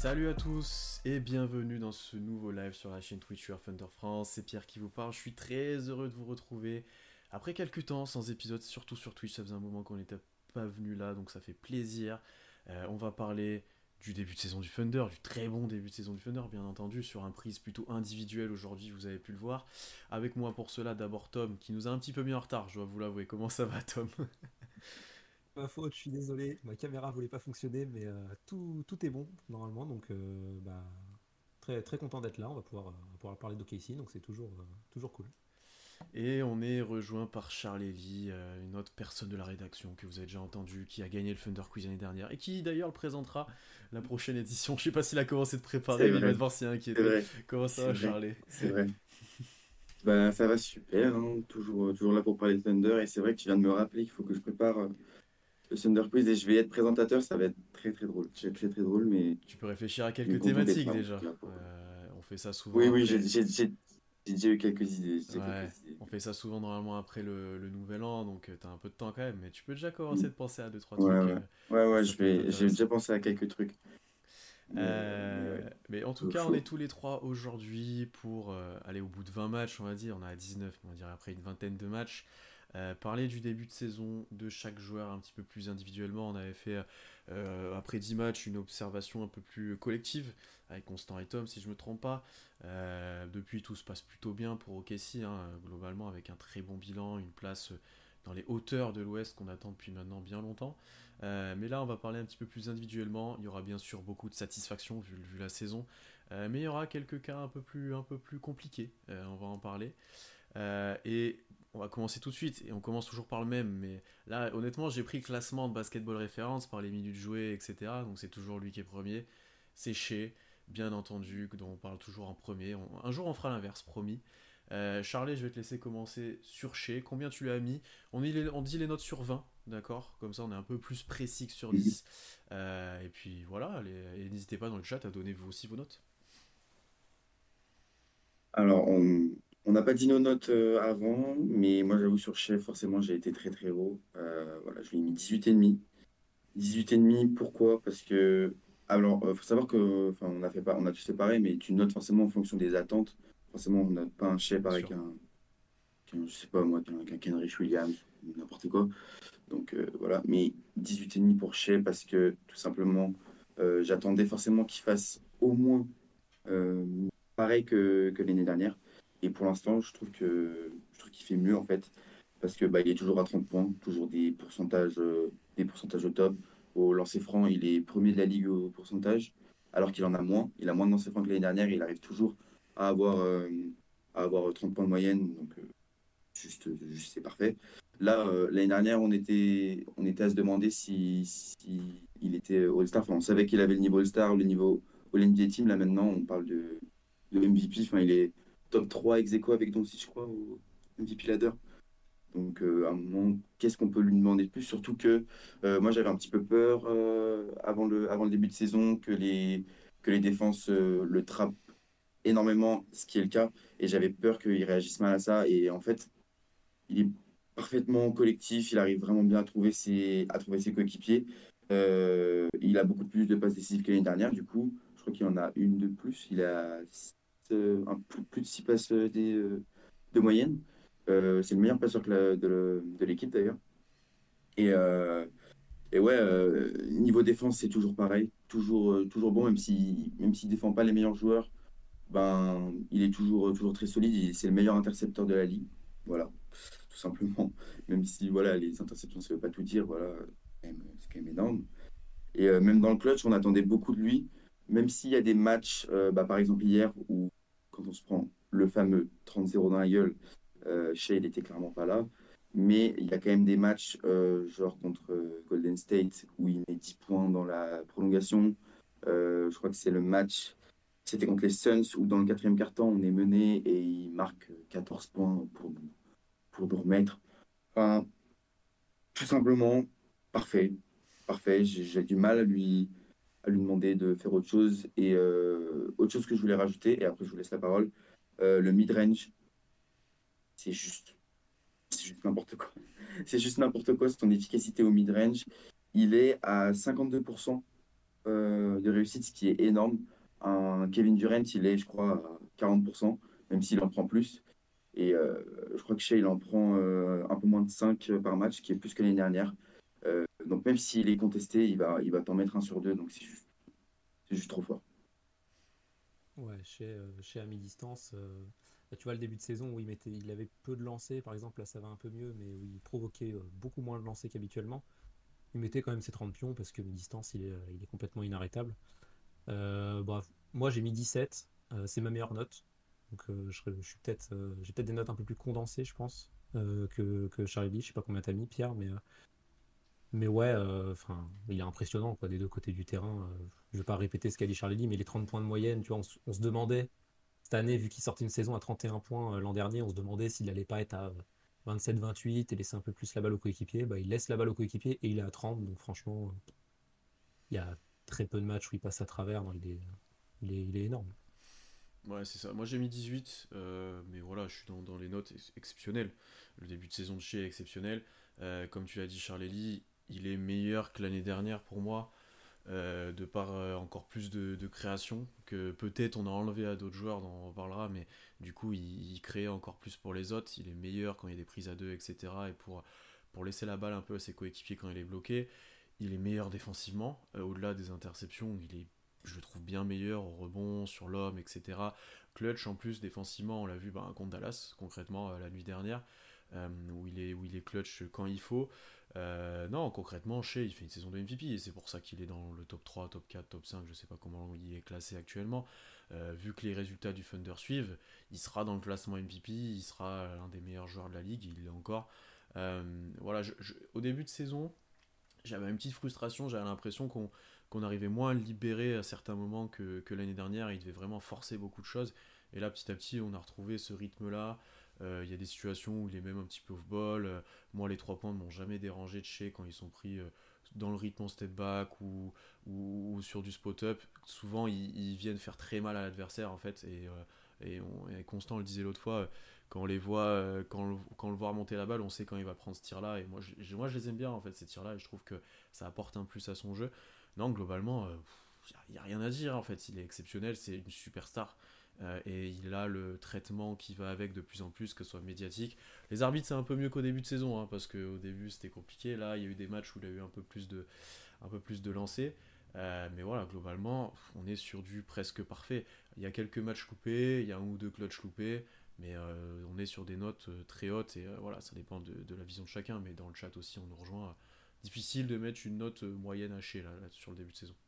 Salut à tous et bienvenue dans ce nouveau live sur la chaîne Twitch Your Thunder France. C'est Pierre qui vous parle. Je suis très heureux de vous retrouver après quelques temps sans épisode, surtout sur Twitch. Ça faisait un moment qu'on n'était pas venu là, donc ça fait plaisir. On va parler du début de saison du Thunder, du très bon début de saison du Thunder, bien entendu, sur un prise plutôt individuel aujourd'hui, vous avez pu le voir. Avec moi pour cela, d'abord Tom, qui nous a un petit peu mis en retard, je dois vous l'avouer. Comment ça va, Tom? Ma faute, je suis désolé, ma caméra voulait pas fonctionner, mais tout est bon normalement, donc très, très content d'être là. On va pouvoir parler d'OKC, donc c'est toujours cool. Et on est rejoint par Charles Ellie, une autre personne de la rédaction que vous avez déjà entendu, qui a gagné le Thunder Quiz l'année dernière et qui d'ailleurs le présentera la prochaine édition. Je sais pas s'il a commencé de préparer, C'est mais il va vrai, devoir s'y c'est inquiéter. vrai, Comment ça c'est va, vrai, Charlie? c'est vrai. Bah, ça va super, hein, toujours là pour parler de Thunder. Et c'est vrai que tu viens de me rappeler qu'il faut que je prépare le Thunder Quiz et je vais être présentateur. Ça va être très très drôle. Ça va être très très drôle, Tu peux réfléchir à mais quelques content d'être thématiques là en tout déjà. cas. On fait ça Oui, souvent oui, après. j'ai déjà eu quelques idées. J'ai Ouais, quelques idées. on fait ça souvent normalement après le nouvel an, donc t'as un peu de temps quand même, mais tu peux déjà Mm. commencer de penser à deux trois Ouais, trucs, ouais. Ouais, ouais, ça peut être j'ai intéressant. déjà pensé à quelques trucs. Mais ouais, Mais en tout cas, on est chaud. tous les trois aujourd'hui pour aller au bout de 20 matchs, on va dire. On a à 19, on va dire après une vingtaine de matchs. Parler du début de saison de chaque joueur un petit peu plus individuellement. On avait fait, après 10 matchs, une observation un peu plus collective avec Constant et Tom, si je me trompe pas. Depuis, tout se passe plutôt bien pour OKC, hein, globalement, avec un très bon bilan, une place dans les hauteurs de l'Ouest qu'on attend depuis maintenant bien longtemps. Mais là, on va parler un petit peu plus individuellement. Il y aura bien sûr beaucoup de satisfaction vu la saison. Mais il y aura quelques cas un peu plus compliqués. On va en parler. Et on va commencer tout de suite. Et on commence toujours par le même. Mais là, honnêtement, j'ai pris le classement de basketball référence par les minutes jouées, etc. Donc c'est toujours lui qui est premier. C'est Shea, bien entendu, dont on parle toujours en premier. Un jour, on fera l'inverse, promis. Charlie, je vais te laisser commencer sur Shea. Combien tu lui as mis? On dit les notes sur 20, d'accord? Comme ça, on est un peu plus précis que sur 10. Et puis voilà, et n'hésitez pas dans le chat à donner vous aussi vos notes. Alors, on n'a pas dit nos notes avant, mais moi j'avoue sur Chef, forcément j'ai été très très haut. Voilà, je lui ai mis 18,5. 18,5, pourquoi? Parce que, alors, faut savoir que, enfin, on a tous fait pareil, mais tu notes forcément en fonction des attentes. Forcément, on note pas un chef Bien avec sûr. je sais pas moi, qu'un Kenrich Williams ou n'importe quoi. Donc, voilà, mais 18,5 pour Shea parce que, tout simplement, j'attendais forcément qu'il fasse au moins euh, pareil que l'année dernière. Et pour l'instant, je trouve qu'il fait mieux, en fait, parce que, bah, il est toujours à 30 points, toujours des pourcentages au top. Au lancer franc, il est premier de la ligue au pourcentage, alors qu'il en a moins. Il a moins de lancers francs que l'année dernière et il arrive toujours à avoir, euh, à avoir 30 points de moyenne. Donc, juste c'est parfait. Là, l'année dernière, on était à se demander si il était All-Star. Enfin, on savait qu'il avait le niveau All-Star, le niveau All-NBA Team. Là, maintenant, on parle de MVP. Enfin, il est top 3 ex aequo avec Doncic, je crois, au MVP ladder. Donc, à un moment, qu'est-ce qu'on peut lui demander de plus? Surtout que moi, j'avais un petit peu peur avant le début de saison que les défenses le trappent énormément, ce qui est le cas. Et j'avais peur qu'il réagisse mal à ça. Et en fait, il est parfaitement collectif, il arrive vraiment bien à trouver ses coéquipiers. Il a beaucoup plus de passes décisives que l'année dernière, du coup. Je crois qu'il en a une de plus. Il a plus de 6 passes de moyenne. C'est le meilleur passeur de l'équipe d'ailleurs. Et, ouais, niveau défense, c'est toujours pareil. Toujours bon, même s'il défend pas les meilleurs joueurs, ben, il est toujours très solide. C'est le meilleur intercepteur de la ligue. Voilà, tout simplement. Même si voilà, les interceptions, ça ne veut pas tout dire. Voilà, c'est quand même énorme. Et même dans le clutch, on attendait beaucoup de lui. Même s'il y a des matchs, bah, par exemple hier, où quand on se prend le fameux 30-0 dans la gueule, Shea, il était clairement pas là. Mais il y a quand même des matchs, genre contre Golden State, où il met 10 points dans la prolongation. Je crois que c'est le match, c'était contre les Suns, où dans le quatrième quart-temps, on est mené et il marque 14 points pour nous remettre. Enfin, tout simplement, parfait. Parfait. J'ai du mal à lui demander de faire autre chose. Et autre chose que je voulais rajouter, et après je vous laisse la parole, le mid-range, c'est juste, c'est juste n'importe quoi. C'est juste n'importe quoi, son efficacité au mid-range. Il est à 52%. de réussite, ce qui est énorme. Un Kevin Durant, il est, je crois, à 40%, même s'il en prend plus. Et je crois que Shea, il en prend un peu moins de 5 par match, qui est plus que l'année dernière. Donc même s'il est contesté, il va t'en mettre un sur deux. Donc c'est juste trop fort. Ouais, chez à mi-distance, bah, tu vois le début de saison où il avait peu de lancers, par exemple, là ça va un peu mieux, mais où il provoquait beaucoup moins de lancers qu'habituellement. Il mettait quand même ses 30 pions parce que mi-distance, il est complètement inarrêtable. Bref, moi j'ai mis 17, c'est ma meilleure note. Donc j'ai peut-être des notes un peu plus condensées, je pense, que Charlie Lee. Je sais pas combien t'as mis, Pierre, mais ouais, enfin, il est impressionnant quoi, des deux côtés du terrain. Je vais pas répéter ce qu'a dit Charlie Lee, mais les 30 points de moyenne, tu vois, on se demandait, cette année, vu qu'il sortait une saison à 31 points l'an dernier, on se demandait s'il allait pas être à 27-28 et laisser un peu plus la balle au coéquipier. Bah, il laisse la balle au coéquipier et il est à 30, donc franchement, il y a très peu de matchs où il passe à travers. Non, il est énorme. Ouais, c'est ça. Moi j'ai mis 18, mais voilà, je suis dans les notes exceptionnelles. Le début de saison de chez est exceptionnel. Comme tu l'as dit, Charlely, il est meilleur que l'année dernière pour moi, de par encore plus de création, que peut-être on a enlevé à d'autres joueurs, dont on reparlera, mais du coup il crée encore plus pour les autres. Il est meilleur quand il y a des prises à deux, etc. Et pour laisser la balle un peu à ses coéquipiers quand il est bloqué. Il est meilleur défensivement, au-delà des interceptions, je le trouve bien meilleur au rebond, sur l'homme, etc. Clutch en plus, défensivement, on l'a vu contre Dallas, concrètement, la nuit dernière, où il est clutch quand il faut. Non, concrètement, Shea, il fait une saison de MVP, et c'est pour ça qu'il est dans le top 3, top 4, top 5, je sais pas comment il est classé actuellement. Vu que les résultats du Thunder suivent, il sera dans le classement MVP, il sera l'un des meilleurs joueurs de la ligue, il l'est encore. Voilà, au début de saison, j'avais une petite frustration, j'avais l'impression qu'on arrivait moins à le libérer à certains moments que l'année dernière, il devait vraiment forcer beaucoup de choses. Et là, petit à petit, on a retrouvé ce rythme-là. Il y a des situations où il est même un petit peu off-ball. Moi, les 3 points ne m'ont jamais dérangé de chez quand ils sont pris dans le rythme en step back ou sur du spot-up. Souvent, ils viennent faire très mal à l'adversaire, en fait. Et Constant le disait l'autre fois, quand on les voit, quand on le voit remonter la balle, on sait quand il va prendre ce tir-là. Et moi, je les aime bien, en fait, ces tirs-là. Et je trouve que ça apporte un plus à son jeu. Non, globalement, il n'y a rien à dire, en fait. Il est exceptionnel, c'est une superstar. Et il a le traitement qui va avec de plus en plus, que ce soit médiatique. Les arbitres, c'est un peu mieux qu'au début de saison, hein, parce qu'au début, c'était compliqué. Là, il y a eu des matchs où il a eu un peu plus de lancers. Mais voilà, globalement, on est sur du presque parfait. Il y a quelques matchs loupés, il y a un ou deux clutch loupés, mais on est sur des notes très hautes. Et voilà, ça dépend de la vision de chacun. Mais dans le chat aussi, on nous rejoint. Difficile de mettre une note moyenne hachée là, sur le début de saison.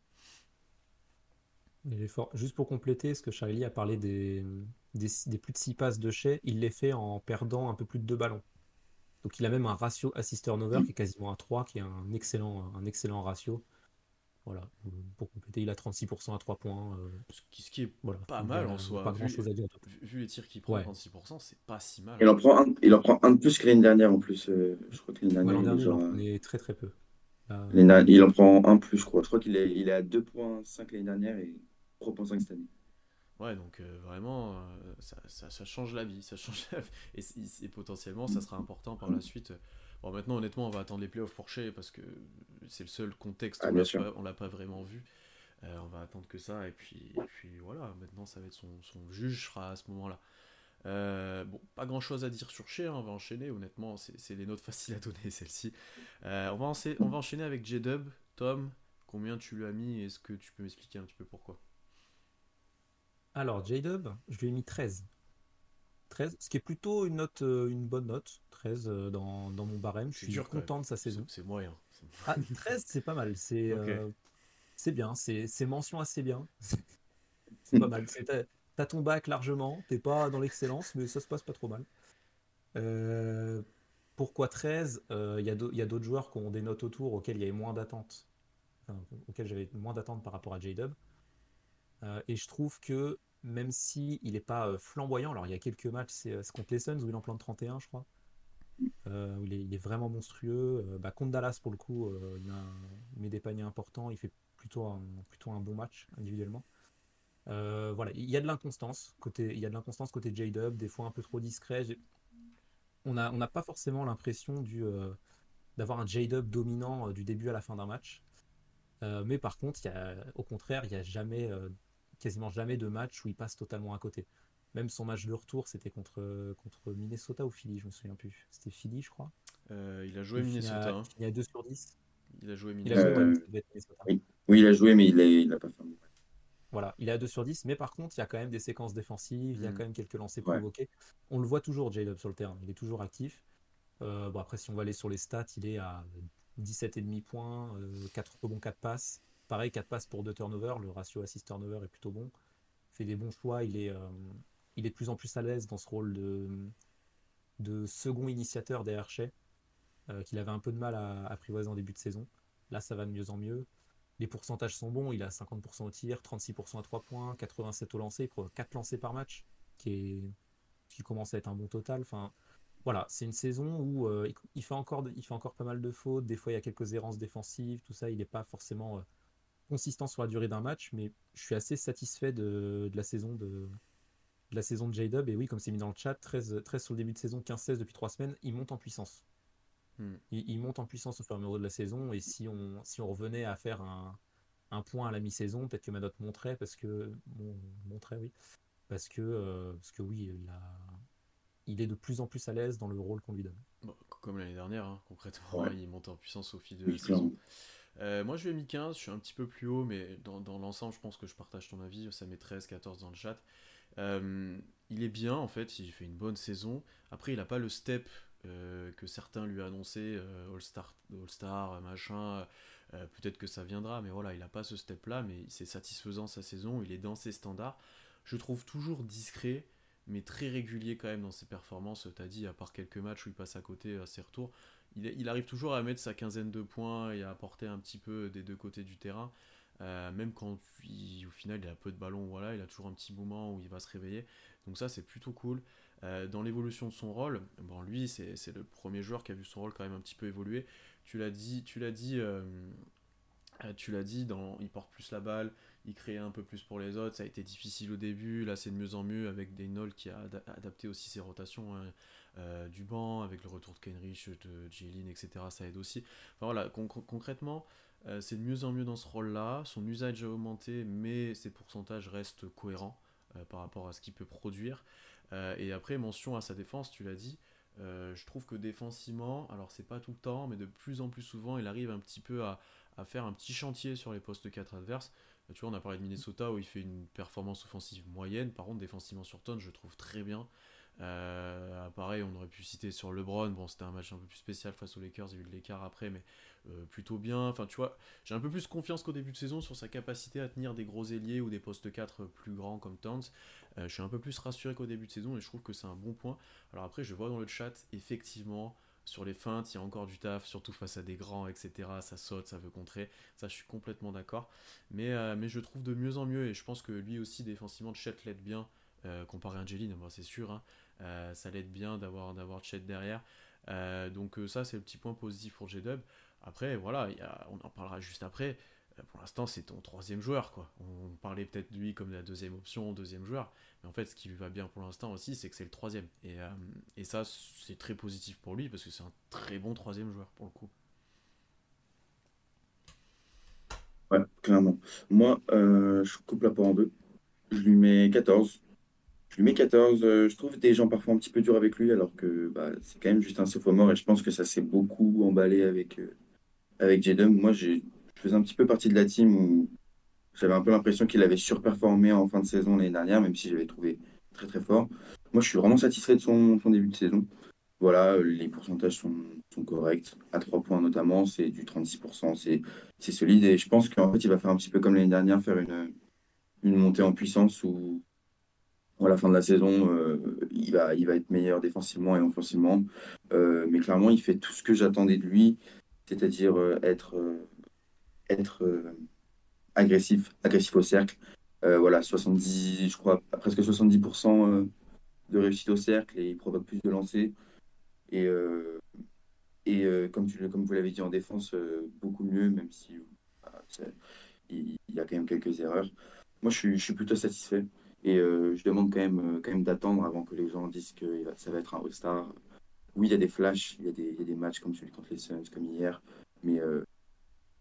Il est fort. Juste pour compléter, ce que Charlie a parlé des plus de 6 passes de Shea, il les fait en perdant un peu plus de 2 ballons. Donc il a même un ratio assist-turnover qui est quasiment à 3, qui est un excellent ratio. Voilà. Pour compléter, il a 36% à 3 points. Ce qui est Voilà. pas Il y mal a, en il y a soi. pas Vu, grand-chose à dire d'autre. vu les tirs qu'il prend, Ouais. 36%, c'est pas si mal, Il hein. en prend un de plus que l'année dernière en plus. Je crois que l'année Ouais, dernière, l'an il est dernier, il en genre. prenait très très peu. Là, Il en prend un plus, je crois. Je crois qu'il est à 2,5 l'année dernière et 3,5 cette année. Ouais, donc vraiment, ça change la vie. Ça change la vie. Et potentiellement, ça sera important par la suite. Bon, maintenant, honnêtement, on va attendre les playoffs pour Shea parce que c'est le seul contexte où Ah, bien sûr. on l'a pas vraiment vu. On va attendre que ça. Et puis voilà, maintenant, ça va être son juge sera à ce moment-là. Bon, pas grand-chose à dire sur Shea, hein, on va enchaîner. Honnêtement, c'est les notes faciles à donner, celle-ci. On va enchaîner avec J-Dub. Tom, combien tu lui as mis? Est-ce que tu peux m'expliquer un petit peu pourquoi? alors, J-Dub, je lui ai mis 13. 13, ce qui est plutôt une bonne note. 13 dans mon barème. Je C'est suis dur quand même. content de sa saison. C'est moyen. Ah, 13, c'est pas mal. Ok. C'est bien. C'est mention assez bien. C'est pas mal. T'as ton bac largement. T'es pas dans l'excellence, mais ça se passe pas trop mal. Euh, Pourquoi 13? Il y a d'autres joueurs qui ont des notes autour auxquelles il y avait moins d'attentes. Enfin, auxquelles j'avais moins d'attentes par rapport à J-Dub. Et je trouve que même si il n'est pas flamboyant, alors il y a quelques matchs, c'est contre les Suns où il en plante 31, je crois, où il est vraiment monstrueux. Contre Dallas, pour le coup, il met des paniers importants, il fait plutôt un bon match individuellement. Voilà, il y a de l'inconstance côté J-Dub, des fois un peu trop discret. On n'a pas forcément l'impression d'avoir un J-Dub dominant du début à la fin d'un match. Mais par contre, au contraire, il n'y a quasiment jamais de match où il passe totalement à côté. Même son match de retour, c'était contre Minnesota ou Philly, je me souviens plus. C'était Philly, je crois. Il a joué Il Minnesota, hein. finit à 2 sur 10. Il a joué Il a joué, ouais, Minnesota. Euh, ça devait être Minnesota. oui. Oui, il a joué, mais il a pas fait. Voilà, il est à 2 sur 10, mais par contre, il y a quand même des séquences défensives, il y a Hmm. quand même quelques lancers Ouais. provoqués. On le voit toujours, J-Dub, sur le terrain, il est toujours actif. Bon, après, si on va aller sur les stats, il est à 17,5 points, 4 rebonds, 4 passes. Pareil, 4 passes pour 2 turnovers, le ratio assist-turnover est plutôt bon. Il fait des bons choix, il est de plus en plus à l'aise dans ce rôle de second initiateur derrière Shea, qu'il avait un peu de mal à apprivoiser en début de saison. Là, ça va de mieux en mieux. Les pourcentages sont bons, il a 50% au tir, 36% à 3 points, 87 au lancer, il prend 4 lancers par match, qui commence à être un bon total. Enfin, voilà, c'est une saison où il fait encore pas mal de fautes, des fois il y a quelques errances défensives, tout ça, il n'est pas forcément consistant sur la durée d'un match, mais je suis assez satisfait de la saison de J-Dub. Et oui, comme c'est mis dans le chat, 13 sur le début de saison, 15-16 depuis 3 semaines, il monte en puissance. Hmm. Il monte en puissance au fur et à mesure de la saison, et si on revenait à faire un point à la mi-saison, peut-être que ma note monterait, monterait, oui, parce que oui, il est de plus en plus à l'aise dans le rôle qu'on lui donne. Bon, comme l'année dernière, hein, concrètement, Ouais. il monte en puissance au fil de la Oui, saison. clairement. Moi, je lui ai mis 15, je suis un petit peu plus haut, mais dans l'ensemble, je pense que je partage ton avis. Ça met 13, 14 dans le chat. Euh, il est bien, en fait, il fait une bonne saison. Après, il n'a pas le step que certains lui annonçaient, All-Star, machin. Peut-être que ça viendra, mais voilà, il n'a pas ce step-là, mais c'est satisfaisant sa saison, il est dans ses standards. Je trouve toujours discret, mais très régulier quand même dans ses performances. T'as dit, à part quelques matchs où il passe à côté à ses retours, il arrive toujours à mettre sa quinzaine de points et à apporter un petit peu des deux côtés du terrain. Même quand au final il a peu de ballons, voilà, il a toujours un petit moment où il va se réveiller. Donc ça c'est plutôt cool. Dans l'évolution de son rôle, bon lui c'est le premier joueur qui a vu son rôle quand même un petit peu évoluer. Il porte plus la balle, il crée un peu plus pour les autres. Ça a été difficile au début, là c'est de mieux en mieux avec Daynol qui a adapté aussi ses rotations, hein, du banc, avec le retour de Kenrich, de Jaylin, etc. Ça aide aussi. Enfin voilà, concrètement, c'est de mieux en mieux dans ce rôle-là. Son usage a augmenté, mais ses pourcentages restent cohérents par rapport à ce qu'il peut produire. Et après, mention à sa défense, tu l'as dit. Je trouve que défensivement, alors c'est pas tout le temps, mais de plus en plus souvent, il arrive un petit peu à faire un petit chantier sur les postes 4 adverses. Tu vois, on a parlé de Minnesota où il fait une performance offensive moyenne. Par contre, défensivement sur tonne, je le trouve très bien. Pareil, on aurait pu citer sur LeBron. Bon, c'était un match un peu plus spécial face aux Lakers. Il y a eu de l'écart après, mais plutôt bien. Enfin, tu vois, j'ai un peu plus confiance qu'au début de saison sur sa capacité à tenir des gros ailiers ou des postes 4 plus grands comme Towns. Je suis un peu plus rassuré qu'au début de saison et je trouve que c'est un bon point. Alors après, je vois dans le chat, effectivement, sur les feintes, il y a encore du taf, surtout face à des grands, etc. Ça saute, ça veut contrer. Ça, je suis complètement d'accord. Mais je trouve de mieux en mieux et je pense que lui aussi, défensivement, Chet l'aide bien. Comparé à Angelin, bon, c'est sûr, hein. Ça l'aide bien d'avoir Chet derrière. Donc ça, c'est le petit point positif pour J-Dub. Après, voilà, on en parlera juste après. Pour l'instant, c'est ton troisième joueur, quoi. On parlait peut-être de lui comme la deuxième option, deuxième joueur. Mais en fait, ce qui lui va bien pour l'instant aussi, c'est que c'est le troisième. Et ça, c'est très positif pour lui parce que c'est un très bon troisième joueur pour le coup. Ouais, clairement. Moi, je coupe la part en deux. Je lui mets 14. Je lui mets 14. Je trouve des gens parfois un petit peu durs avec lui, alors que bah, c'est quand même juste un sophomore et je pense que ça s'est beaucoup emballé avec Jaden. Moi, je faisais un petit peu partie de la team où j'avais un peu l'impression qu'il avait surperformé en fin de saison l'année dernière, même si j'avais trouvé très très fort. Moi, je suis vraiment satisfait de son début de saison. Voilà, les pourcentages sont corrects. À 3 points notamment, c'est du 36%, c'est solide. Et je pense qu'en fait, il va faire un petit peu comme l'année dernière, faire une montée en puissance où, à la fin de la saison, il va être meilleur défensivement et offensivement. Mais clairement, il fait tout ce que j'attendais de lui, c'est-à-dire être agressif au cercle. Voilà, 70, je crois, presque 70% de réussite au cercle et il provoque plus de lancers. Et, comme vous l'avez dit en défense, beaucoup mieux, même si il y a quand même quelques erreurs. Moi, je suis plutôt satisfait. Et je demande quand même d'attendre avant que les gens disent que ça va être un All-Star. Oui, il y a des flashs, il y a des matchs comme celui contre les Suns, comme hier. Mais voilà.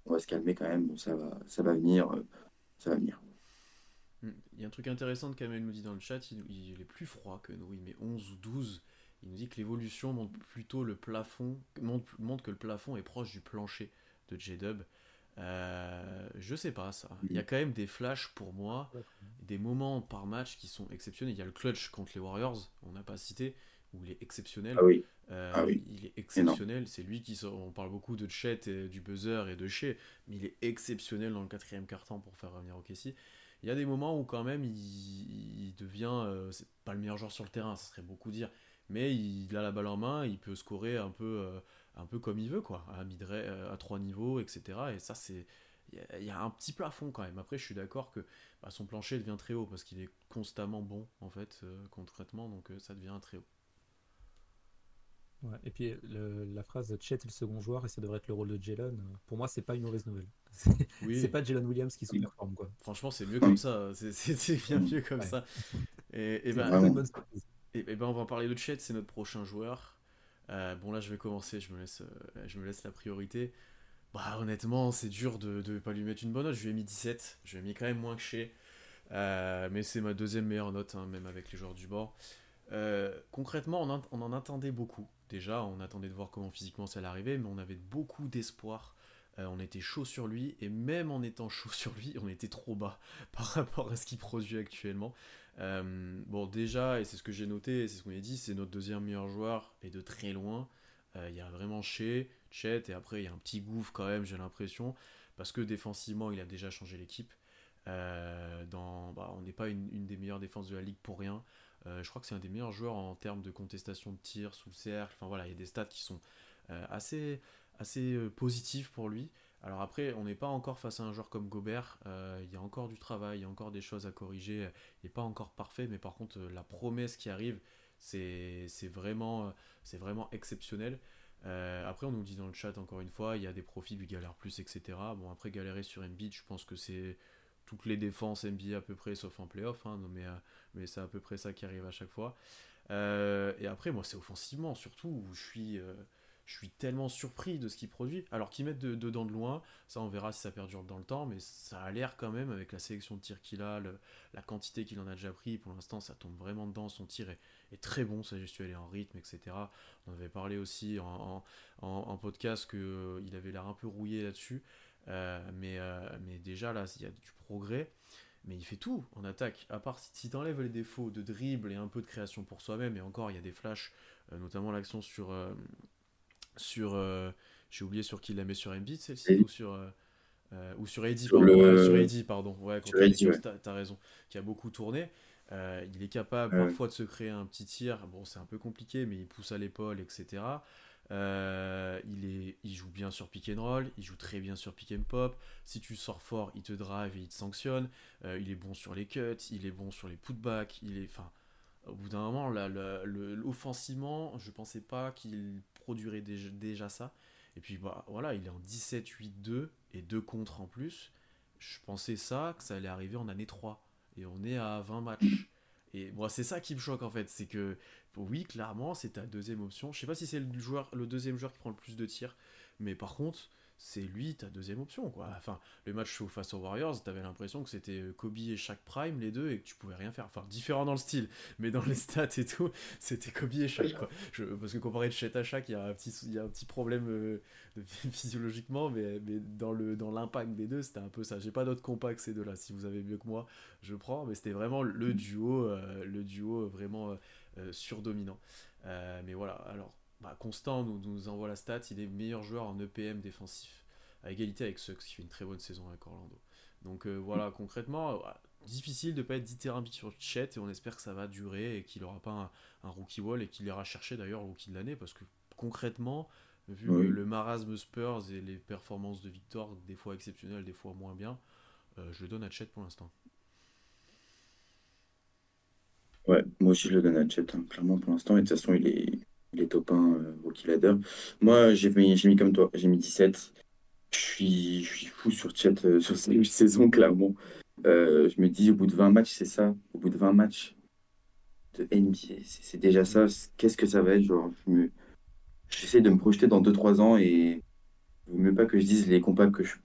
on va se calmer quand même. Bon, ça va venir. Ça va venir. Il y a un truc intéressant que Kamel nous dit dans le chat, il est plus froid que nous, il met 11 ou 12. Il nous dit que l'évolution montre plutôt le plafond, montre que le plafond est proche du plancher de J-Dub. Je sais pas ça. Il y a Mm. quand même des flashs pour moi, Ouais. des moments par match qui sont exceptionnels. Il y a le clutch contre les Warriors, on n'a pas cité, où il est exceptionnel. Ah oui, ah oui, Il est énorme. exceptionnel. C'est lui qui sort. On parle beaucoup de Chet, et du buzzer et de Shea, mais il est exceptionnel dans le quatrième quart-temps pour faire revenir OKC. Il y a des moments où quand même il devient, c'est pas le meilleur joueur sur le terrain, ça serait beaucoup dire, mais il a la balle en main, il peut scorer un peu comme il veut, quoi, à trois niveaux, etc. Et ça, il y a un petit plafond quand même. Après, je suis d'accord que son plancher devient très haut parce qu'il est constamment bon, en fait, concrètement, donc ça devient très haut. Ouais. Et puis la phrase Chet est le second joueur et ça devrait être le rôle de Jalen, pour moi, c'est pas une mauvaise nouvelle. C'est Oui, pas Jalen Williams qui Oui. sous-performe, quoi. franchement, c'est mieux comme ça, c'est bien Mm. mieux comme Ouais. ça. Et C'est ben, plutôt une Vraiment. bonne surprise. ben, on va en parler de Chet, c'est notre prochain joueur. Bon, là, je vais commencer, je me laisse la priorité. Bah, honnêtement, c'est dur de pas lui mettre une bonne note. Je lui ai mis 17. Je lui ai mis quand même moins que chez. Mais c'est ma deuxième meilleure note, hein, même avec les joueurs du bord. Concrètement, on en attendait beaucoup. Déjà, on attendait de voir comment physiquement ça allait arriver, mais on avait beaucoup d'espoir. On était chaud sur lui, et même en étant chaud sur lui, on était trop bas par rapport à ce qu'il produit actuellement. Bon, déjà, et c'est ce que j'ai noté, et c'est ce qu'on a dit, c'est notre deuxième meilleur joueur, et de très loin. Il y a vraiment Chet, et après il y a un petit gouffre quand même, j'ai l'impression, parce que défensivement, il a déjà changé l'équipe. On n'est pas une des meilleures défenses de la ligue pour rien. Je crois que c'est un des meilleurs joueurs en termes de contestation de tir sous le cercle. Enfin voilà, il y a des stats qui sont assez positifs pour lui. Alors après, on n'est pas encore face à un joueur comme Gobert. Il y a encore du travail, il y a encore des choses à corriger. Il n'est pas encore parfait, mais par contre, la promesse qui arrive, c'est vraiment exceptionnel. Après, on nous dit dans le chat encore une fois, il y a des profils du galère plus, etc. Bon, après, galérer sur Embiid, je pense que c'est toutes les défenses NBA à peu près, sauf en playoff, hein, mais c'est à peu près ça qui arrive à chaque fois. Et après, moi, c'est offensivement, surtout, où je suis tellement surpris de ce qu'il produit. Alors qu'ils mettent dedans de loin, ça on verra si ça perdure dans le temps, mais ça a l'air quand même, avec la sélection de tirs qu'il a, la quantité qu'il en a déjà pris, pour l'instant ça tombe vraiment dedans, son tir est très bon, sa gestuelle est en rythme, etc. On avait parlé aussi en podcast qu'il avait l'air un peu rouillé là-dessus, mais déjà là, il y a du progrès. Mais il fait tout en attaque. À part si t'enlèves les défauts de dribble et un peu de création pour soi-même, et encore, il y a des flashs, notamment l'action sur j'ai oublié sur qui il la met sur Embiid, celle-ci, Et ou sur AD, sur pardon. Sur le, AD, pardon. Ouais, sur contre les Eddie, Lakers, ouais. t'as raison. Qui a beaucoup tourné. Il est capable Euh, parfois de se créer un petit tir. Bon, c'est un peu compliqué, mais il pousse à l'épaule, etc. Il joue bien sur pick and roll, il joue très bien sur pick and pop. Si tu sors fort, il te drive et il te sanctionne. Il est bon sur les cuts, il est bon sur les putbacks. Enfin, au bout d'un moment, là, offensivement, je pensais pas qu'il produirait déjà ça. Et puis bah, voilà, il est en 17-8-2 et 2 contre en plus. Je pensais ça, que ça allait arriver en année 3. Et on est à 20 matchs. Et moi, c'est ça qui me choque en fait. C'est que, oui, clairement, c'est ta deuxième option. Je sais pas si c'est le deuxième joueur qui prend le plus de tirs. Mais par contre, c'est lui ta deuxième option, quoi. Enfin, le match face aux Warriors, t'avais l'impression que c'était Kobe et Shaq Prime, les deux, et que tu pouvais rien faire. Enfin, différent dans le style, mais dans les stats et tout, c'était Kobe et Shaq, quoi. Parce que comparé de Chet à Shaq, il y a un petit problème physiologiquement, mais dans l'impact des deux, c'était un peu ça. J'ai pas d'autres compas que ces deux-là. Si vous avez mieux que moi, je prends, mais c'était vraiment le duo vraiment surdominant. Mais voilà, alors, bah, Constant nous envoie la stat, il est meilleur joueur en EPM défensif, à égalité avec Suggs, qui fait une très bonne saison avec Orlando. Donc voilà, concrètement, difficile de pas être dithyrambique sur Chet, et on espère que ça va durer et qu'il aura pas un rookie wall, et qu'il ira chercher d'ailleurs le rookie de l'année, parce que concrètement, vu oui, le marasme Spurs et les performances de Victor, des fois exceptionnelles, des fois moins bien, je le donne à Chet pour l'instant. ouais, moi aussi je le donne à Chet, hein, clairement pour l'instant. Et de toute façon, il est top 1 rookie ladder. Moi, j'ai mis comme toi, j'ai mis 17. Je suis fou sur Chet sur cette saison, clairement. Je me dis, au bout de 20 matchs, c'est ça. Au bout de 20 matchs de NBA, c'est déjà Mm. ça. Qu'est-ce que ça va être? Genre, j'essaie de me projeter dans 2 3 ans et il vaut mieux pas que je dise les compas que je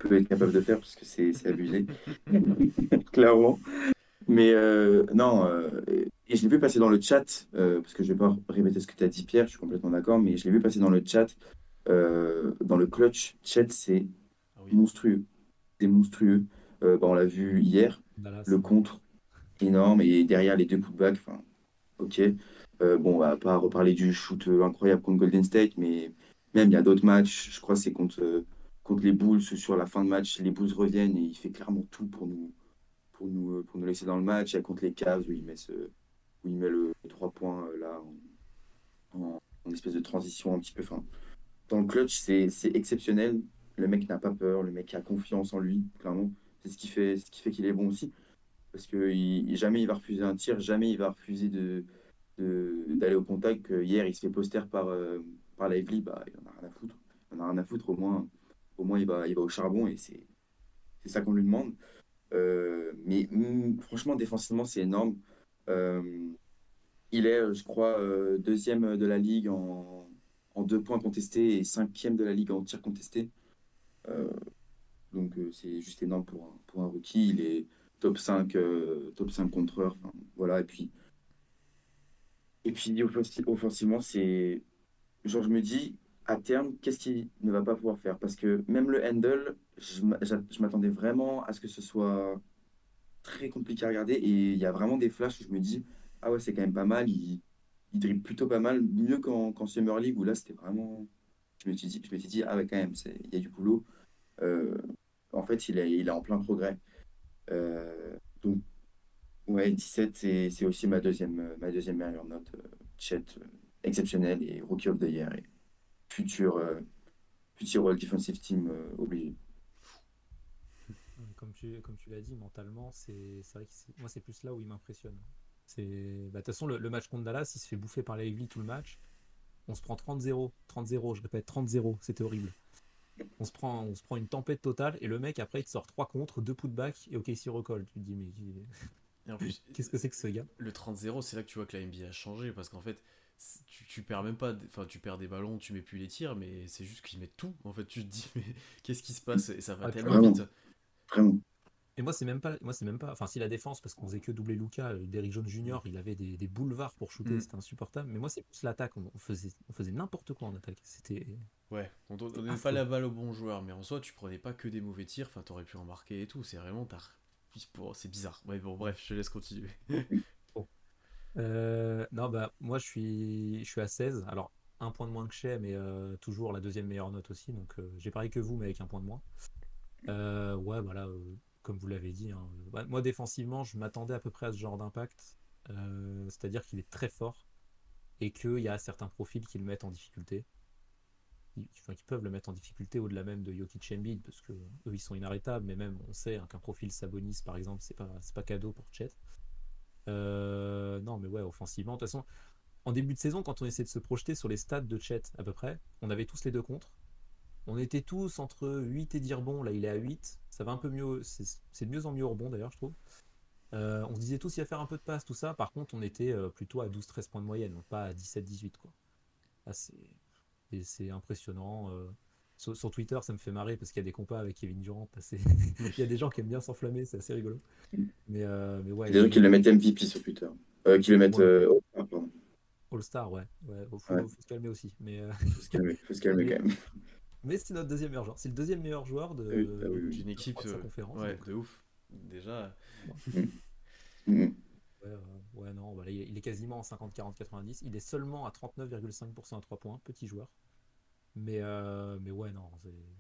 peut être capable de faire parce que c'est abusé, clairement. Mais non, et je l'ai vu passer dans le chat, parce que je vais pas répéter ce que tu as dit, Pierre, je suis complètement d'accord, mais je l'ai vu passer dans le chat, dans le clutch. Chet, c'est Ah oui. monstrueux. C'est monstrueux. Bah, on l'a vu hier, Dallas, le contre, énorme, et derrière les deux putbacks, enfin, ok. Bon, on va pas reparler du shoot incroyable contre Golden State, mais même il y a d'autres matchs, je crois que c'est contre les Bulls, sur la fin de match, les Bulls reviennent et il fait clairement tout pour nous laisser dans le match. Il y a contre les Cavs où il met le 3 points là, en espèce de transition un petit peu. Enfin, dans le clutch, c'est exceptionnel. Le mec n'a pas peur, le mec a confiance en lui, clairement. C'est ce qui fait qu'il est bon aussi. Parce que jamais il va refuser un tir, jamais il va refuser d'aller au contact. Hier, il se fait poster par Lively, bah, il en a rien à foutre. Il en a rien à foutre, au moins il va au charbon et c'est ça qu'on lui demande. Mais franchement, défensivement, c'est énorme. Euh, il est, je crois, deuxième de la ligue en 2 points contestés et cinquième de la ligue en tir contesté. Euh, donc, c'est juste énorme pour un rookie. Il est top 5 contreur. Enfin, voilà. Et puis offensivement, c'est. Genre, je me dis, à terme, qu'est-ce qu'il ne va pas pouvoir faire? Parce que même le handle, je m'attendais vraiment à ce que ce soit très compliqué à regarder. Et il y a vraiment des flashs où je me dis, ah ouais, c'est quand même pas mal. Il dribble plutôt pas mal, mieux qu'en Summer League où là, c'était vraiment. Je me suis dit, ah ouais, quand même, il y a du boulot. Euh, En fait, il est en plein progrès. Donc, ouais, 17, c'est aussi ma deuxième meilleure note. Chet, exceptionnel et Rookie of the Year et futur, futur All Defensive Team obligé. comme tu l'as dit, mentalement, c'est vrai que moi, c'est plus là où il m'impressionne. De toute façon, le match contre Dallas, il se fait bouffer par la Lively tout le match. On se prend 30-0, 30-0, je répète, 30-0, c'était horrible. On se prend une tempête totale et le mec, après, il te sort 3 contre, 2 putbacks et OKC recolle. Tu te dis, mais Et en plus, qu'est-ce que c'est que ce gars? le 30-0, c'est là que tu vois que la NBA a changé parce qu'en fait, tu perds même pas, enfin, tu perds des ballons, tu mets plus les tirs, mais c'est juste qu'ils mettent tout. En fait, tu te dis, mais qu'est-ce qui se passe? Et ça va Ah, tellement Vraiment, vite. vraiment. et moi, c'est même pas. Enfin, si la défense, parce qu'on faisait que doubler Luca, Derrick Jones Jr., il avait des boulevards pour shooter, Mm. c'était insupportable. Mais moi, c'est plus l'attaque. On faisait n'importe quoi en attaque. Ouais, on C'était donnait pas affreux. la balle au bon joueur, mais en soi, tu prenais pas que des mauvais tirs, enfin, t'aurais pu en marquer et tout. C'est vraiment, c'est bizarre. Ouais, bon, Ouais. bref, je te laisse continuer. Bon. Non, bah, moi, je suis à 16. Alors, un point de moins que Shea, mais toujours la deuxième meilleure note aussi. Donc, j'ai pareil que vous, mais avec un point de moins. Ouais, voilà, comme vous l'avez dit, hein, moi, défensivement, je m'attendais à peu près à ce genre d'impact. C'est-à-dire qu'il est très fort et qu'il y a certains profils qui le mettent en difficulté. Enfin, qui peuvent le mettre en difficulté au-delà même de Jokic Embiid, parce que eux, ils sont inarrêtables, mais même, on sait hein, qu'un profil Sabonis, par exemple, c'est pas cadeau pour Chet. Non, mais ouais, offensivement, de toute façon, en début de saison, quand on essaie de se projeter sur les stats de Chet, à peu près, on avait tous les deux contre. On était tous entre 8 et 10 rebonds. Là, il est à 8. Ça va un peu mieux. C'est de mieux en mieux au rebond, d'ailleurs, je trouve. On se disait tous, il va faire un peu de passe, tout ça. Par contre, on était plutôt à 12-13 points de moyenne, donc pas à 17-18, quoi. Là, c'est impressionnant. Sur Twitter, ça me fait marrer parce qu'il y a des compas avec Kevin Durant. Oui. Il y a des gens qui aiment bien s'enflammer, c'est assez rigolo. Mais Il ouais, y a des gens qui le mettent MVP sur Twitter. Qui le mettent. ouais, Pardon. All-Star, ouais. Ouais, Ouais, faut se calmer aussi. faut se calmer, faut se calmer Mais, quand même. mais c'est notre deuxième meilleur joueur. C'est le deuxième meilleur joueur Ah oui, ah oui, oui. D'une je crois, équipe, de sa conférence. ouais, Donc, de ouf. Déjà, bon. Mm. Mm. Ouais, ouais, non, voilà, il est quasiment en 50-40-90. Il est seulement à 39,5% à 3 points, petit joueur. Mais ouais, non,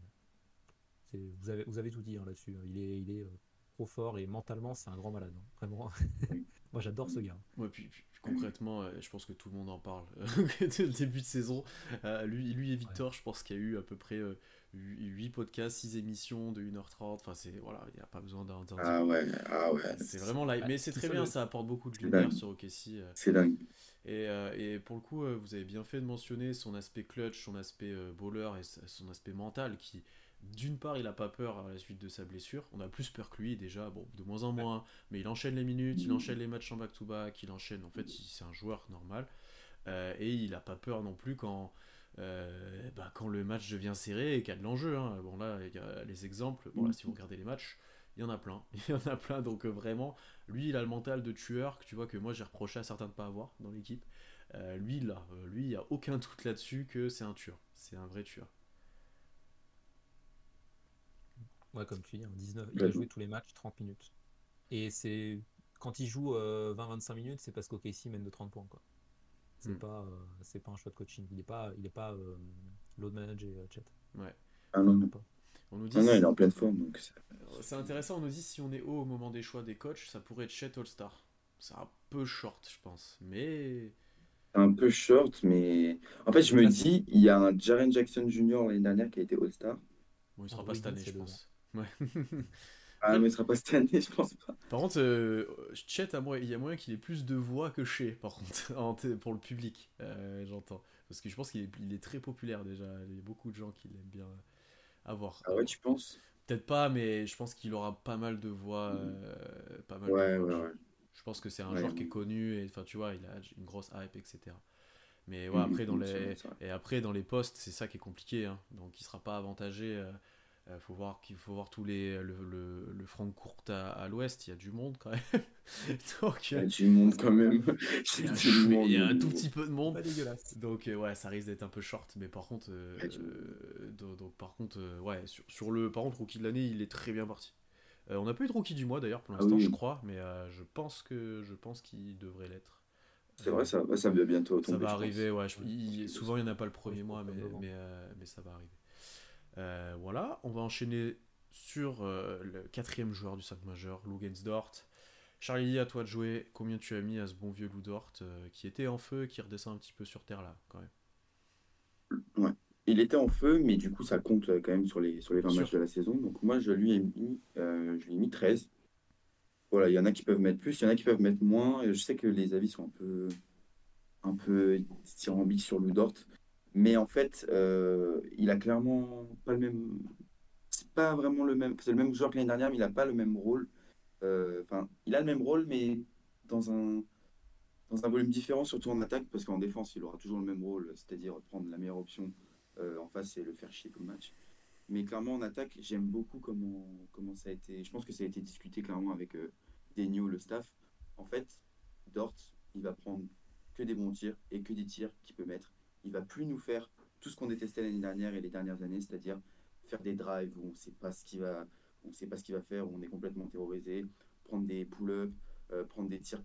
vous avez tout dit hein, là-dessus. Il est trop fort et mentalement, c'est un grand malade, hein. Vraiment. Oui. Moi, j'adore ce gars. ouais, puis concrètement, je pense que tout le monde en parle dès le début de saison. Lui et Ouais. Victor, je pense qu'il y a eu à peu près 8 podcasts, 6 émissions de 1h30. Enfin, c'est voilà, il n'y a pas besoin d'en dire. Ah ouais, ah ouais. C'est vraiment live. Ouais, Mais c'est c'est très ça bien, le. ça apporte beaucoup de C'est lumière dingue. sur OKC. C'est dingue. Et pour le coup, vous avez bien fait de mentionner son aspect clutch, son aspect bowler et son aspect mental qui, d'une part, il a pas peur à la suite de sa blessure. On a plus peur que lui déjà, bon, de moins en moins, mais il enchaîne les minutes, il enchaîne les matchs en back-to-back, il enchaîne, en fait, c'est un joueur normal. Et il a pas peur non plus quand Quand le match devient serré et qu'il y a de l'enjeu. Hein. Bon, là, il y a les exemples. Bon, là, si vous regardez les matchs, il y en a plein. Il y en a plein. Donc, vraiment, lui, il a le mental de tueur que tu vois que moi, j'ai reproché à certains de ne pas avoir dans l'équipe. Lui, là, lui, il n'y a aucun doute là-dessus que c'est un tueur. C'est un vrai tueur. Ouais, comme tu dis, hein, 19, il a Complètement. joué tous les matchs 30 minutes. Et c'est quand il joue 20-25 minutes, c'est parce qu'OKC mène de 30 points, quoi. Hmm. C'est pas un choix de coaching. Il est pas load manager, Chet. Ouais. Ah non, Clairement non. pas. On nous Ah dit non, il est si... en pleine forme, donc C'est intéressant, on nous dit si on est haut au moment des choix des coachs, ça pourrait être Chet All-Star. C'est un peu short, je pense. Mais c'est un peu short, mais en fait, je C'est me classique. dis, il y a un Jaren Jackson Jr. l'année dernière qui a été All-Star. bon, il sera Andrew pas cette Wiggins, année, c'est je 2 ans. pense. Ouais. Ah, Après, mais il sera pas cette année, je pense pas. par contre, Chet, il y a moyen qu'il ait plus de voix que Shea, par contre, pour le public, j'entends. Parce que je pense qu'il est très populaire déjà. Il y a beaucoup de gens qui l'aiment bien avoir. Ah ouais, tu penses? Peut-être pas, mais je pense qu'il aura pas mal de voix. Pas mal de Ouais, voix. ouais, ouais. Je pense que c'est un Ouais, il y a joueur qui est moyen. connu et enfin tu vois, il a une grosse hype, etc. Mais ouais, C'est vrai, c'est vrai. après dans les postes, c'est ça qui est compliqué. Hein. Donc il sera pas avantagé. Faut voir tous le Francfort à l'ouest. Il y a du monde quand même. Donc Il y a du monde quand même. il y a, Du il monde, y a mais un tout bon. petit peu de C'est monde. pas dégueulasse. Donc ouais, ça risque d'être un peu short. Mais par contre, Il y a du monde. par contre, ouais, sur le par contre rookie de l'année, il est très bien parti. On n'a pas eu de rookie du mois d'ailleurs pour Ah l'instant, je oui, crois, mais je pense qu'il devrait l'être. c'est Euh, vrai, ça va bientôt Ça tomber, va je arriver, pense. ouais. Ouais, je pense que Souvent, il n'y en a pas le ouais, premier c'est mois, octobre-novembre. mais ça va arriver. Voilà, on va enchaîner sur le quatrième joueur du 5 majeur, Lou Dort. Charlie, à toi de jouer. Combien tu as mis à ce bon vieux Lou Dort qui était en feu, qui redescend un petit peu sur terre là, quand même. Ouais. Il était en feu, mais du coup, ça compte quand même sur les Bien 20 matchs sûr. de la saison. Donc moi, je lui ai mis 13. Voilà, il y en a qui peuvent mettre plus, il y en a qui peuvent mettre moins. Je sais que les avis sont un peu dithyrambiques sur Lou Dort. Mais en fait, il a clairement pas le même. C'est pas vraiment le même. C'est le même joueur que l'année dernière, mais il n'a pas le même rôle. Enfin, il a le même rôle, mais dans un volume différent, surtout en attaque, parce qu'en défense, il aura toujours le même rôle, c'est-à-dire prendre la meilleure option en face et le faire chier tout le match. Mais clairement, en attaque, j'aime beaucoup comment ça a été. Je pense que ça a été discuté clairement avec Denio, le staff. En fait, Dort, il va prendre que des bons tirs et que des tirs qu'il peut mettre. Il va plus nous faire tout ce qu'on détestait l'année dernière et les dernières années, c'est-à-dire faire des drives où on ne sait pas ce qu'il va, on sait pas ce qu'il va faire, où on est complètement terrorisé, prendre des pull-ups, prendre des tirs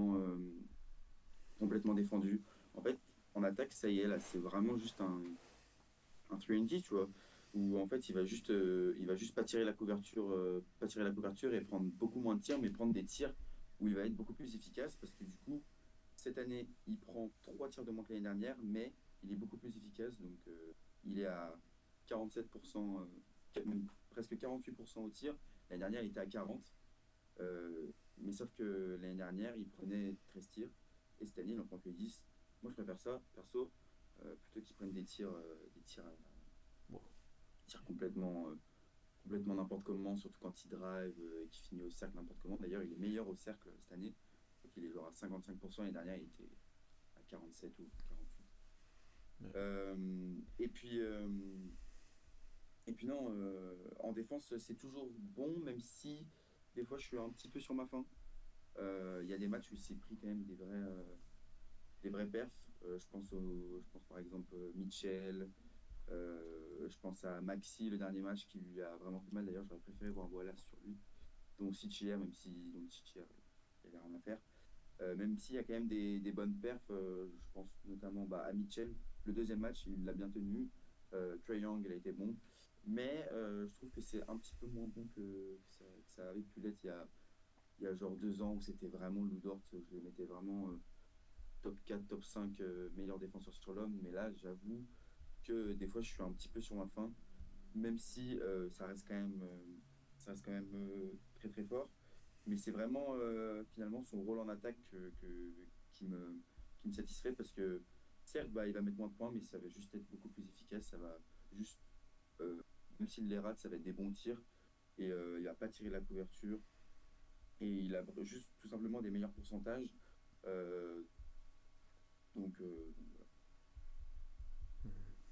complètement défendus. En fait, en attaque, ça y est, là, c'est vraiment juste un 3D, tu vois, où en fait il va juste pas tirer la couverture et prendre beaucoup moins de tirs, mais prendre des tirs où il va être beaucoup plus efficace parce que du coup, cette année, il prend 3 tirs de moins que l'année dernière, mais il est beaucoup plus efficace, donc il est à 47%, même presque 48% au tir. L'année dernière, il était à 40, mais sauf que l'année dernière, il prenait 13 tirs, et cette année, il en prend que 10. Moi, je préfère ça, perso, plutôt qu'ils prennent Bon. tire complètement n'importe comment, surtout quand il drive et qu'il finit au cercle n'importe comment. D'ailleurs, il est meilleur au cercle cette année. Donc, il est genre à 55%. L'année dernière, il était à 47 ou 48. Ouais. Et puis non, en défense, c'est toujours bon, même si des fois, je suis un petit peu sur ma faim. Il y a des matchs où il s'est pris quand même des vrais perfs. Je pense par exemple Mitchell. Je pense à Maxi, le dernier match, qui lui a vraiment fait mal. D'ailleurs, j'aurais préféré voir Wallace sur lui. Donc Sitchier, même si donc Sitchier, il n'y avait rien à faire. Même s'il y a quand même des bonnes perfs, je pense notamment à Mitchell. Le deuxième match, il l'a bien tenu. Trae Young, il a été bon. Mais je trouve que c'est un petit peu moins bon que ça avait pu l'être il y a genre 2 ans où c'était vraiment Lou Dort. Je le mettais vraiment top 4, top 5 meilleur défenseur sur l'homme. Mais là, j'avoue que des fois, je suis un petit peu sur ma faim, même si ça reste quand même très très fort. Mais c'est vraiment finalement son rôle en attaque qui me, qui me satisfait parce que certes, bah, il va mettre moins de points, mais ça va juste être beaucoup plus efficace. Ça va juste, euh, même s'il les rate, ça va être des bons tirs et il va pas tirer la couverture et il a juste tout simplement des meilleurs pourcentages. Euh, donc voilà.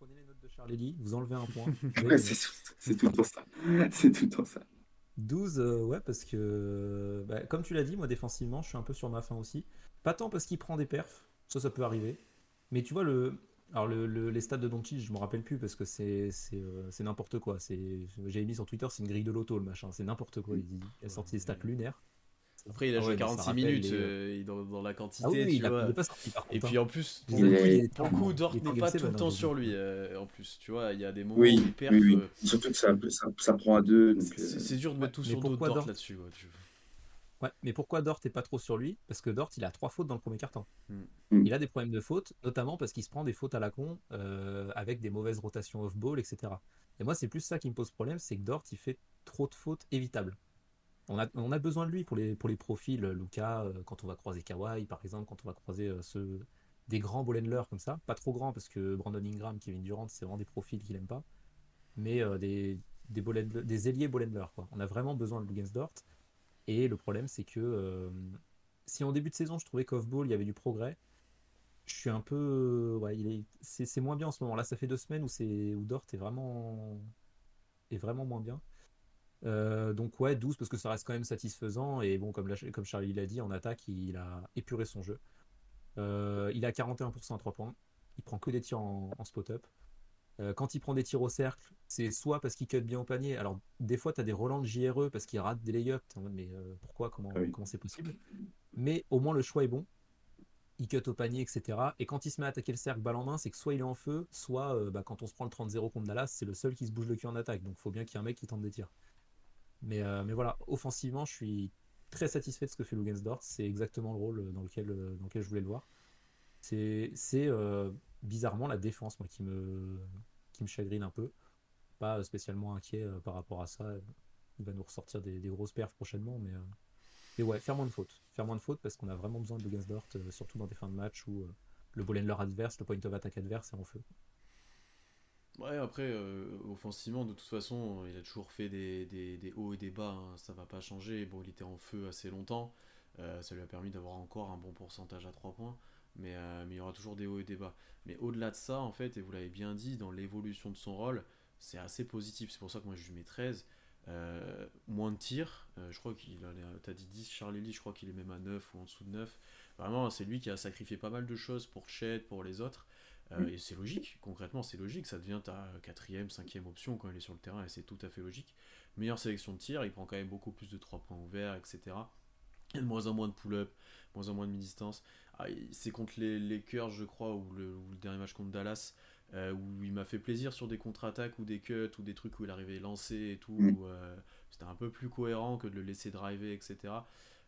prenez les notes de Charlie, vous enlevez un point. Ouais, c'est tout le temps ça. C'est tout le temps ça. 12, ouais, parce que, bah, comme tu l'as dit, moi défensivement, je suis un peu sur ma faim aussi. Pas tant parce qu'il prend des perfs, ça peut arriver. Mais tu vois, alors les stats de Doncic, je me rappelle plus parce que c'est n'importe quoi. J'avais mis sur Twitter, c'est une grille de loto le machin, c'est n'importe quoi. Il a Ouais, sorti des stats mais lunaires. après, il a Ah joué ouais, mais ça 46 rappelle minutes les. dans la Ah oui, quantité, oui, tu il vois. est pas sorti par Et contre, hein. puis en plus, Je disais, le coup, il Et- était pour le coup, il Dort était n'est en Game pas 7, tout le hein, temps j'ai vu. sur lui, en plus. Tu vois, il y a des moments où les Oui, oui, perfs, oui. Surtout que ça prend à deux, donc c'est dur de Ouais, mettre tout mais sur le dos de pourquoi Dort Dort? là-dessus. Ouais, Ouais, mais pourquoi Dort est pas trop sur lui? Parce que Dort, il a 3 fautes dans le premier quart-temps. Hmm. mm, Il a des problèmes de faute, notamment parce qu'il se prend des fautes à la con avec des mauvaises rotations off-ball, etc. Et moi, c'est plus ça qui me pose problème, c'est que Dort, il fait trop de fautes évitables. On a besoin de lui pour les profils, Luka, quand on va croiser Kawhi, par exemple, quand on va croiser des grands ball handlers comme ça. Pas trop grands, parce que Brandon Ingram, Kevin Durant, c'est vraiment des profils qu'il aime pas. Mais des ailiers ball handlers, quoi. On a vraiment besoin de Lugens Dort. Et le problème, c'est que si en début de saison, je trouvais qu'off-ball, il y avait du progrès, je suis un peu. Ouais, c'est moins bien en ce moment. Là, ça fait 2 semaines où Dort est vraiment moins bien. Donc, ouais, 12 parce que ça reste quand même satisfaisant. Et bon, comme Charlie l'a dit, en attaque, il a épuré son jeu. Il a 41% à 3 points. Il prend que des tirs en spot-up. Quand il prend des tirs au cercle, c'est soit parce qu'il cut bien au panier. Alors, des fois, tu as des relents de JRE parce qu'il rate des layups. T'es en mode, mais pourquoi ah oui. comment c'est possible? Mais au moins, le choix est bon. Il cut au panier, etc. Et quand il se met à attaquer le cercle balle en main, c'est que soit il est en feu, soit bah, quand on se prend le 30-0 contre Dallas, c'est le seul qui se bouge le cul en attaque. Donc il faut bien qu'il y ait un mec qui tente des tirs. Mais voilà, offensivement, je suis très satisfait de ce que fait Lugensdorf. C'est exactement le rôle dans lequel je voulais le voir. C'est bizarrement la défense moi, qui me chagrine un peu. Pas spécialement inquiet par rapport à ça. Il va nous ressortir des grosses perfs prochainement, mais ouais, faire moins de fautes. Faire moins de fautes parce qu'on a vraiment besoin de Lugensdort, surtout dans des fins de match où le ball handler adverse, le point of attack adverse est en feu. Ouais, après, offensivement, de toute façon, il a toujours fait des hauts et des bas, hein, ça va pas changer. Bon, il était en feu assez longtemps, ça lui a permis d'avoir encore un bon pourcentage à 3 points, mais il y aura toujours des hauts et des bas. Mais au-delà de ça, en fait, et vous l'avez bien dit, dans l'évolution de son rôle, c'est assez positif. C'est pour ça que moi je lui mets 13. Moins de tirs, je crois t'as dit 10 Charlie Lee, je crois qu'il est même à 9 ou en dessous de 9. Vraiment, c'est lui qui a sacrifié pas mal de choses pour Chet, pour les autres. Mm. Et c'est logique, concrètement, c'est logique. Ça devient ta quatrième, cinquième option quand il est sur le terrain et c'est tout à fait logique. Meilleure sélection de tir, il prend quand même beaucoup plus de 3 points ouverts, etc. Et de moins en moins de pull-up, moins en moins de mi-distance. Ah, c'est contre les Lakers, je crois, ou le dernier match contre Dallas, où il m'a fait plaisir sur des contre-attaques ou des cuts ou des trucs où il arrivait lancer et tout. Mm. C'était un peu plus cohérent que de le laisser driver, etc.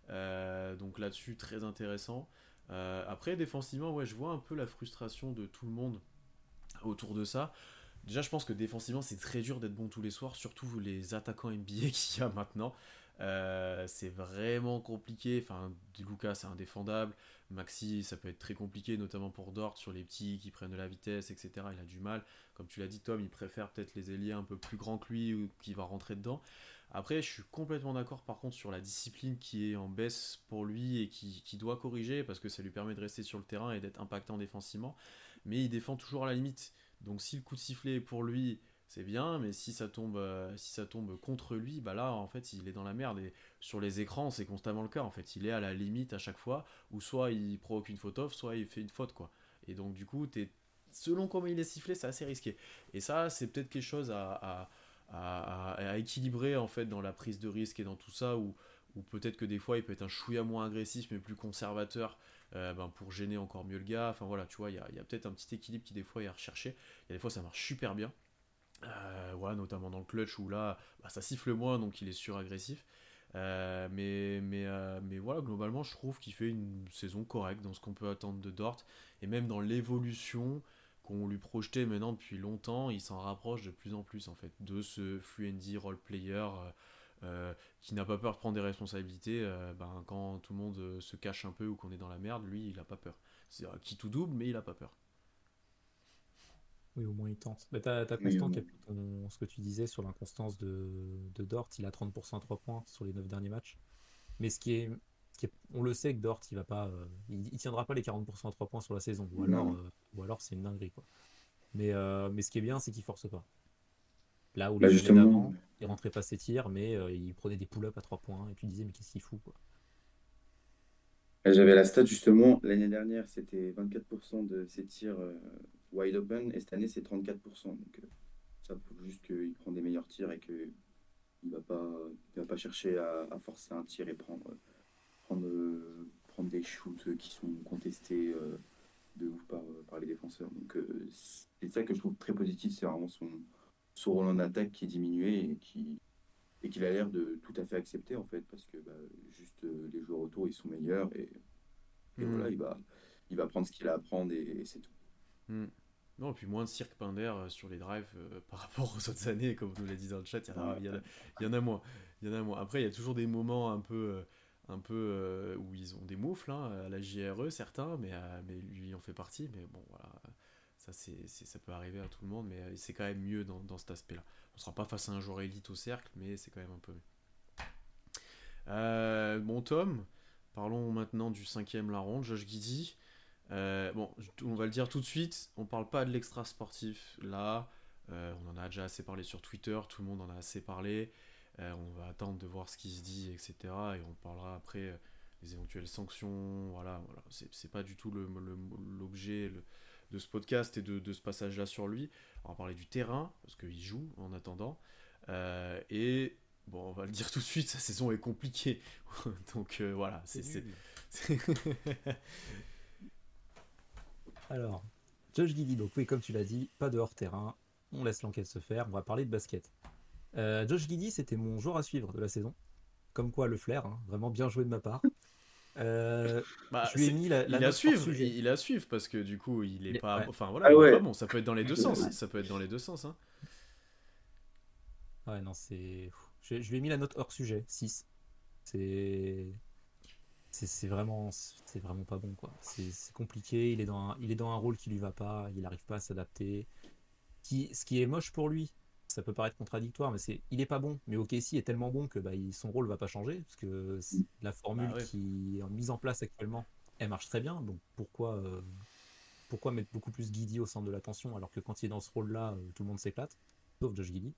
Donc là-dessus, très intéressant. Après, défensivement, ouais, je vois un peu la frustration de tout le monde autour de ça. Déjà, je pense que défensivement, c'est très dur d'être bon tous les soirs, surtout les attaquants NBA qu'il y a maintenant. C'est vraiment compliqué. Enfin, Lucas, c'est indéfendable. Maxi, ça peut être très compliqué, notamment pour Dort, sur les petits qui prennent de la vitesse, etc. Il a du mal. Comme tu l'as dit, Tom, il préfère peut-être les ailiers un peu plus grands que lui ou qui va rentrer dedans. Après, je suis complètement d'accord par contre sur la discipline qui est en baisse pour lui et qui doit corriger parce que ça lui permet de rester sur le terrain et d'être impactant défensivement. Mais il défend toujours à la limite. Donc si le coup de sifflet est pour lui, c'est bien, mais si ça tombe contre lui, bah là en fait il est dans la merde. Et sur les écrans, c'est constamment le cas en fait. Il est à la limite à chaque fois, ou soit il provoque une faute off, soit il fait une faute quoi. Et donc du coup, selon comment il est sifflé, c'est assez risqué. Et ça, c'est peut-être quelque chose à équilibrer en fait dans la prise de risque et dans tout ça, ou peut-être que des fois il peut être un chouïa moins agressif mais plus conservateur pour gêner encore mieux le gars. Enfin voilà, tu vois, il y a peut-être un petit équilibre qui des fois est à rechercher. Il y a des fois ça marche super bien. Ouais, notamment dans le clutch où là bah, ça siffle moins donc il est sur-agressif. Mais voilà, globalement, je trouve qu'il fait une saison correcte dans ce qu'on peut attendre de Dort. Et même dans l'évolution qu'on lui projetait maintenant depuis longtemps, il s'en rapproche de plus en plus en fait de ce fluency role player qui n'a pas peur de prendre des responsabilités. Quand tout le monde se cache un peu ou qu'on est dans la merde, lui, il a pas peur. C'est qui tout double, mais il a pas peur. Oui, au moins il tente. Bah, t'as Oui, Constant qui a pris ce que tu disais sur l'inconstance de Dort. Il a 30% à 3 points sur les 9 derniers matchs. Mais on le sait que Dort, il tiendra pas les 40% à 3 points sur la saison. Ou alors, non. ou alors c'est une dinguerie, quoi. Mais ce qui est bien, c'est qu'il force pas. Là où Bah les années justement, d'avant, il rentrait pas ses tirs, mais il prenait des pull-ups à 3 points, et tu disais, mais qu'est-ce qu'il fout, quoi. j'avais la stat justement, l'année dernière, c'était 24% de ses tirs wide open, et cette année, c'est 34%. Donc ça prouve juste qu'il prend des meilleurs tirs et qu'il va pas chercher à forcer un tir et prendre des shoots qui sont contestés de ouf par les défenseurs. Donc c'est ça que je trouve très positif, c'est vraiment son rôle en attaque qui est diminué et qu'il a l'air de tout à fait accepter en fait, parce que juste les joueurs autour ils sont meilleurs et Hmm. voilà, il va prendre ce qu'il a à prendre et c'est tout. Hmm. Non, et puis moins de cirque Pinder sur les drives par rapport aux autres années, comme on nous l'a dit dans le chat, Ouais. il y en a moins. Il y en a moins. Après, il y a toujours des moments un peu où ils ont des moufles, hein, à la JRE, certains, mais lui en fait partie. Mais bon, voilà, ça peut arriver à tout le monde, mais c'est quand même mieux dans cet aspect-là. On sera pas face à un joueur élite au cercle, mais c'est quand même un peu mieux. Bon, Tom, parlons maintenant du cinquième larron, Josh Giddey. Bon, on va le dire tout de suite, on parle pas de l'extra sportif là. On en a déjà assez parlé sur Twitter, tout le monde en a assez parlé. On va attendre de voir ce qui se dit, etc. Et on parlera après des éventuelles sanctions. Voilà. C'est pas du tout l'objet de ce podcast et de ce passage-là sur lui. On va parler du terrain, parce qu'il joue en attendant. Et bon, on va le dire tout de suite, sa saison est compliquée. Donc voilà, C'est nul. c'est- Alors, Josh Giddey, donc oui, comme tu l'as dit, pas de hors-terrain. On laisse l'enquête se faire. On va parler de basket. Josh Giddey, c'était mon joueur à suivre de la saison. Comme quoi, le flair, hein, vraiment bien joué de ma part. Bah, Je lui ai mis la note hors sujet. il est à suivre parce que du coup, il est pas, Ouais, enfin voilà, Ah il est pas ouais, bon. Ça peut être dans les deux ouais. sens. Ça peut être dans les deux sens, hein. ouais, non, c'est. Je lui ai mis la note hors sujet, 6. C'est. C'est vraiment pas bon, quoi. C'est compliqué. Il est dans un rôle qui lui va pas. Il n'arrive pas à s'adapter. Ce qui est moche pour lui, ça peut paraître contradictoire, mais il est pas bon. Mais OKC est tellement bon que son rôle va pas changer, parce que la Bah formule ouais. qui est mise en place actuellement, elle marche très bien. Donc pourquoi mettre beaucoup plus Guidi au centre de l'attention alors que quand il est dans ce rôle-là, tout le monde s'éclate, sauf Josh Guidi.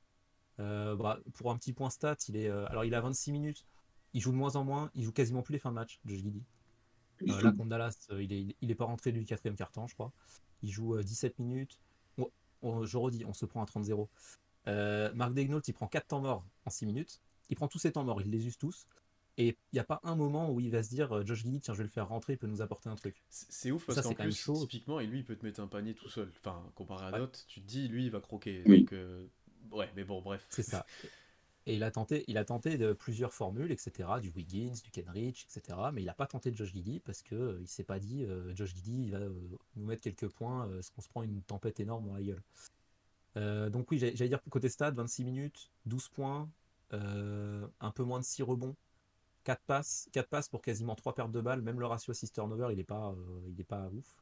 Pour un petit point stat, alors il a 26 minutes, il joue de moins en moins, il joue quasiment plus les fins de match, Josh Guidi. Du Là tout. contre Dallas, il est pas rentré du quatrième quart-temps, je crois. Il joue 17 minutes. Je redis, on se prend à 30-0. Mark Daignault, il prend 4 temps morts en 6 minutes. Il prend tous ses temps morts, il les use tous. Et il n'y a pas un moment où il va se dire Josh Giddey, tiens, je vais le faire rentrer, il peut nous apporter un truc. C'est ouf Et parce ça, qu'en c'est quand même plus, chaud. typiquement, et lui, il peut te mettre un panier tout seul. Enfin, comparé à Ouais, d'autres, tu te dis, lui, il va croquer. Oui. Donc, ouais, mais bon, bref. c'est ça. Et il a tenté de plusieurs formules, etc. Du Wiggins, du Kenrich, etc. Mais il n'a pas tenté de Josh Giddey parce qu'il ne s'est pas dit Josh Giddey, il va nous mettre quelques points, parce qu'on se prend une tempête énorme dans la gueule. Donc oui, j'allais dire côté stade, 26 minutes, 12 points, un peu moins de 6 rebonds, 4 passes pour quasiment 3 pertes de balles. Même le ratio assist-turnover, il est pas ouf.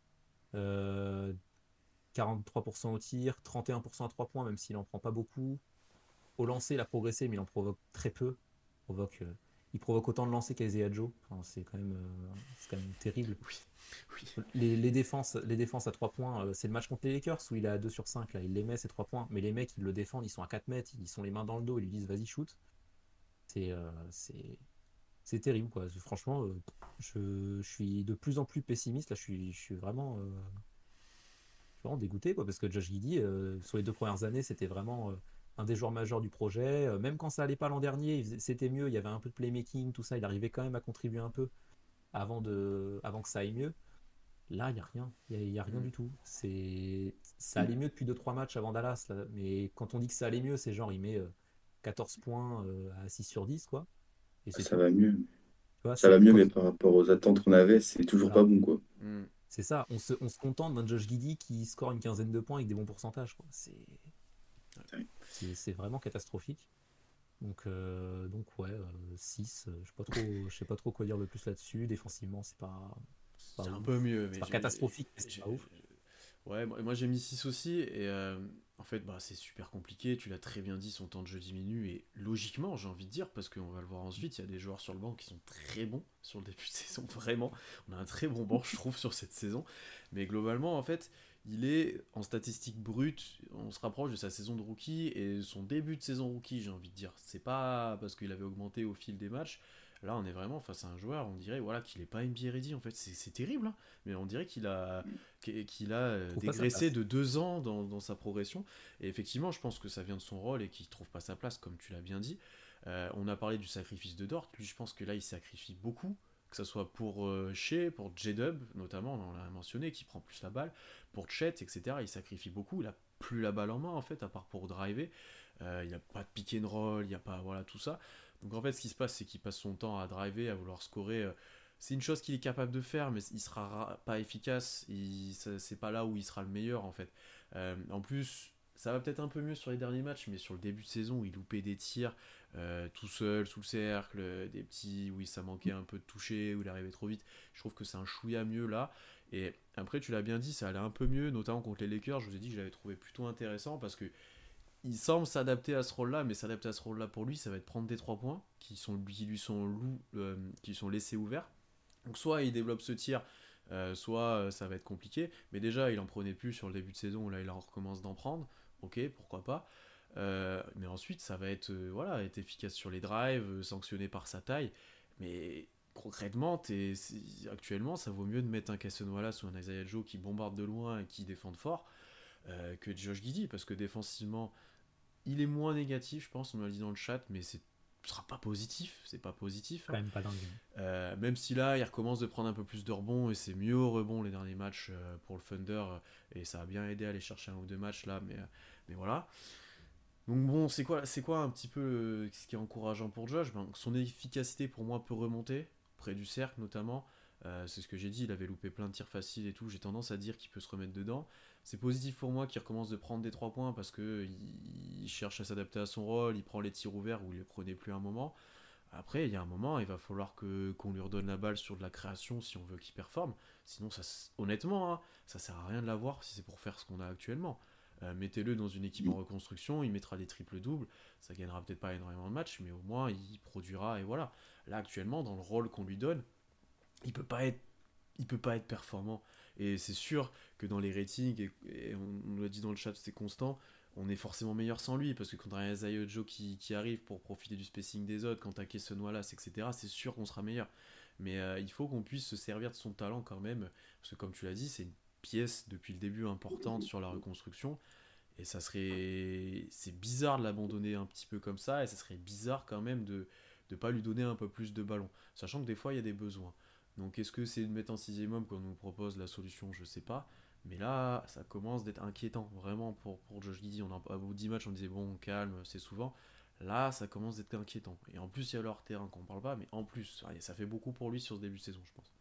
Euh, 43% au tir, 31% à 3 points, même s'il en prend pas beaucoup. Au lancer, il a progressé, mais il en provoque très peu. Il provoque autant de lancers qu'Isaiah Joe. Enfin, c'est quand même terrible. Oui, oui. Les défenses à 3 points, c'est le match contre les Lakers où il est à 2 sur 5. Là, il les met, ces 3 points. Mais les mecs, ils le défendent, ils sont à 4 mètres, ils sont les mains dans le dos, ils lui disent vas-y, shoot. C'est terrible, quoi. Franchement, je suis de plus en plus pessimiste. Là, je suis vraiment dégoûté, quoi, parce que Josh Giddey, sur les 2 premières années, c'était vraiment un des joueurs majeurs du projet. Même quand ça allait pas l'an dernier, c'était mieux. Il y avait un peu de playmaking, tout ça. Il arrivait quand même à contribuer un peu avant que ça aille mieux. Là, il n'y a rien. Il y a rien Hmm. du tout. Ça allait mieux depuis 2-3 matchs avant Dallas, là. Mais quand on dit que ça allait mieux, c'est genre il met 14 points à 6 sur 10, quoi. Et c'est Ça tout. va mieux. Tu vois, Ça va mieux, quand mais par rapport aux attentes qu'on avait, c'est toujours pas voilà. bon, quoi. Hmm. C'est ça. On se contente d'un Josh Giddey qui score une quinzaine de points avec des bons pourcentages, quoi. C'est vraiment catastrophique. Donc ouais, 6. Je sais pas trop quoi dire de plus là-dessus. Défensivement, c'est pas C'est un peu ouf. mieux, C'est mais pas catastrophique, mais c'est j'ai- pas ouf. ouais, moi j'ai mis 6 aussi, et en fait, bah, c'est super compliqué, tu l'as très bien dit, son temps de jeu diminue, et logiquement, j'ai envie de dire, parce qu'on va le voir ensuite, il y a des joueurs sur le banc qui sont très bons sur le début de saison, vraiment. On a un très bon banc, je trouve, sur cette saison, mais globalement, en fait, il est en statistique brute, on se rapproche de sa saison de rookie et son début de saison rookie, j'ai envie de dire. C'est pas parce qu'il avait augmenté au fil des matchs. Là, on est vraiment face à un joueur, on dirait voilà, qu'il est pas NBA ready en fait. C'est terrible, hein, mais on dirait qu'il a Trouve pas sa dégraissé place. de 2 ans dans sa progression. Et effectivement, je pense que ça vient de son rôle et qu'il trouve pas sa place, comme tu l'as bien dit. On a parlé du sacrifice de Dort. Lui, je pense que là, il sacrifie beaucoup, que ce soit pour Shea, pour J-Dub, notamment, on l'a mentionné, qui prend plus la balle, pour Chet, etc. Il sacrifie beaucoup. Il a plus la balle en main, en fait, à part pour driver. Il n'y a pas de pick and roll, il n'y a pas voilà, tout ça. Donc en fait, ce qui se passe, c'est qu'il passe son temps à driver, à vouloir scorer. C'est une chose qu'il est capable de faire, mais il sera pas efficace. C'est pas là où il sera le meilleur, en fait. En plus, ça va peut-être un peu mieux sur les derniers matchs, mais sur le début de saison où il loupait des tirs tout seul, sous le cercle, des petits où ça manquait un peu de toucher, où il arrivait trop vite. Je trouve que c'est un chouïa mieux là. Et après, tu l'as bien dit, ça allait un peu mieux, notamment contre les Lakers. Je vous ai dit que je l'avais trouvé plutôt intéressant parce que il semble s'adapter à ce rôle-là, mais s'adapter à ce rôle-là pour lui, ça va être prendre des 3 points qui sont laissés ouverts. Donc soit il développe ce tir, soit ça va être compliqué. Mais déjà, il en prenait plus sur le début de saison, là il en recommence d'en prendre. Ok, pourquoi pas. Mais ensuite, ça va être, voilà, être efficace sur les drives, sanctionné par sa taille. Mais concrètement, actuellement, ça vaut mieux de mettre un Cason Wallace ou un Isaiah Joe qui bombarde de loin et qui défendent fort que Josh Giddey, parce que défensivement, il est moins négatif, je pense, on l'a dit dans le chat, mais ce sera pas positif, c'est pas positif, Quand hein. même pas dingue. Même si là, il recommence de prendre un peu plus de rebonds et c'est mieux au rebond les derniers matchs pour le Thunder et ça a bien aidé à aller chercher un ou deux matchs là, mais voilà. Donc bon, c'est quoi un petit peu ce qui est encourageant pour Josh? Ben, son efficacité pour moi peut remonter, près du cercle notamment. C'est ce que j'ai dit, il avait loupé plein de tirs faciles et tout. J'ai tendance à dire qu'il peut se remettre dedans. C'est positif pour moi qu'il recommence de prendre des 3 points parce que il cherche à s'adapter à son rôle, il prend les tirs ouverts où il les prenait plus à un moment. Après, il y a un moment, il va falloir qu'on lui redonne la balle sur de la création si on veut qu'il performe. Sinon, honnêtement, hein, ça sert à rien de l'avoir si c'est pour faire ce qu'on a actuellement. Mettez-le dans une équipe en reconstruction, il mettra des triples-doubles. Ça gagnera peut-être pas énormément de matchs, mais au moins il produira et voilà. Là, actuellement, dans le rôle qu'on lui donne, il peut pas être performant. Et c'est sûr que dans les ratings, et on l'a dit dans le chat, c'est constant, on est forcément meilleur sans lui, parce que quand t'as un Isaiah Joe qui arrive pour profiter du spacing des autres, quand t'as Kesson Wallace, etc., c'est sûr qu'on sera meilleur. Mais il faut qu'on puisse se servir de son talent quand même, parce que comme tu l'as dit, c'est une pièce depuis le début importante sur la reconstruction, et c'est bizarre de l'abandonner un petit peu comme ça, et ça serait bizarre quand même de ne pas lui donner un peu plus de ballon, sachant que des fois il y a des besoins. Donc est-ce que c'est de mettre en sixième homme qu'on nous propose la solution? Je sais pas. Mais là, ça commence d'être inquiétant, vraiment, pour Josh Giddey. À bout de 10 matchs, on disait bon, calme, c'est souvent. Là, ça commence d'être inquiétant. Et en plus, il y a leur terrain qu'on parle pas, mais en plus, ça fait beaucoup pour lui sur ce début de saison, je pense.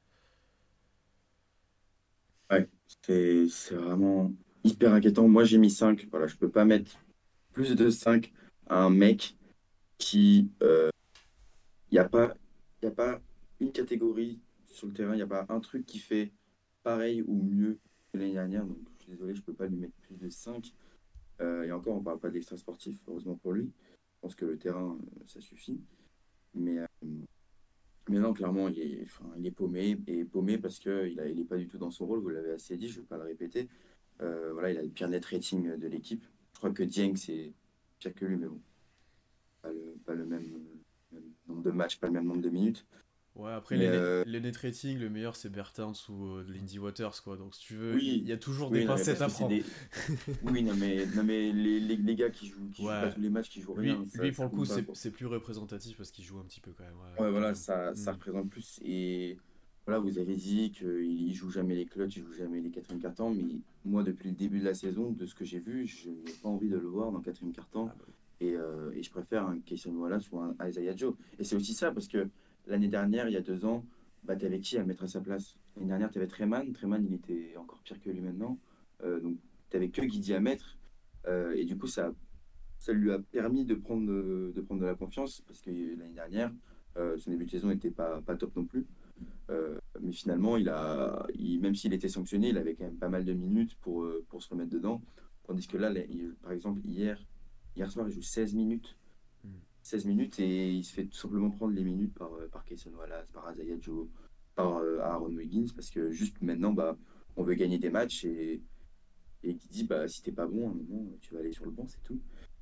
Ouais, c'est vraiment hyper inquiétant. Moi, j'ai mis 5. Voilà, je peux pas mettre plus de 5 à un mec qui, il n'y a pas, y a pas une catégorie sur le terrain, il n'y a pas un truc qui fait pareil ou mieux que l'année dernière. Donc, je suis désolé, je peux pas lui mettre plus de 5. Et encore, on parle pas d'extra sportif, heureusement pour lui. Je pense que le terrain, ça suffit. Mais, euh, mais non, clairement, il est paumé. Et paumé parce qu'il n'est pas du tout dans son rôle. Vous l'avez assez dit, je ne vais pas le répéter. Voilà, il a le pire net rating de l'équipe. Je crois que Dieng, c'est pire que lui, mais bon, pas le même nombre de matchs, pas le même nombre de minutes. Ouais, après, Mais les net ratings, le meilleur, c'est Bertans ou Lindy Waters, quoi. Donc, si tu veux, il oui, y a toujours des oui, non, mais pincettes parce à que c'est prendre. des. Oui, non, mais les gars qui jouent pas Ouais, tous les matchs, qui jouent rien, lui ça pour le coup, compte pas, c'est quoi. c'est plus représentatif parce qu'il joue un petit peu quand même. Ouais, Ouais, t'as voilà, raison. ça Hmm. représente plus. Et voilà, vous avez dit qu'il joue jamais les clutches, il joue jamais les quatrièmes cartons. Mais moi, depuis le début de la saison, de ce que j'ai vu, je n'ai pas envie de le voir dans le quatrième carton. Ah bah oui. Et je préfère un Kayson Wallace ou un Isaiah Joe. Et c'est aussi ça, parce que l'année dernière, il y a 2 ans, bah, tu avais qui à mettre à sa place? L'année dernière, tu avais Treman. Treman, il était encore pire que lui maintenant. Donc, tu n'avais que Guidi à mettre. Et du coup, ça lui a permis de prendre de la confiance parce que l'année dernière, son début de saison n'était pas top non plus. Mais finalement, même s'il était sanctionné, il avait quand même pas mal de minutes pour se remettre dedans. Tandis que là, par exemple, hier soir, il joue 16 minutes. Hmm. 16 minutes et il se fait tout simplement prendre les minutes par Kayson Wallace, par Isaiah Joe, par Aaron Wiggins parce que juste maintenant, bah, on veut gagner des matchs et qui dit bah, si t'es pas bon, à un moment, tu vas aller sur le banc, c'est tout.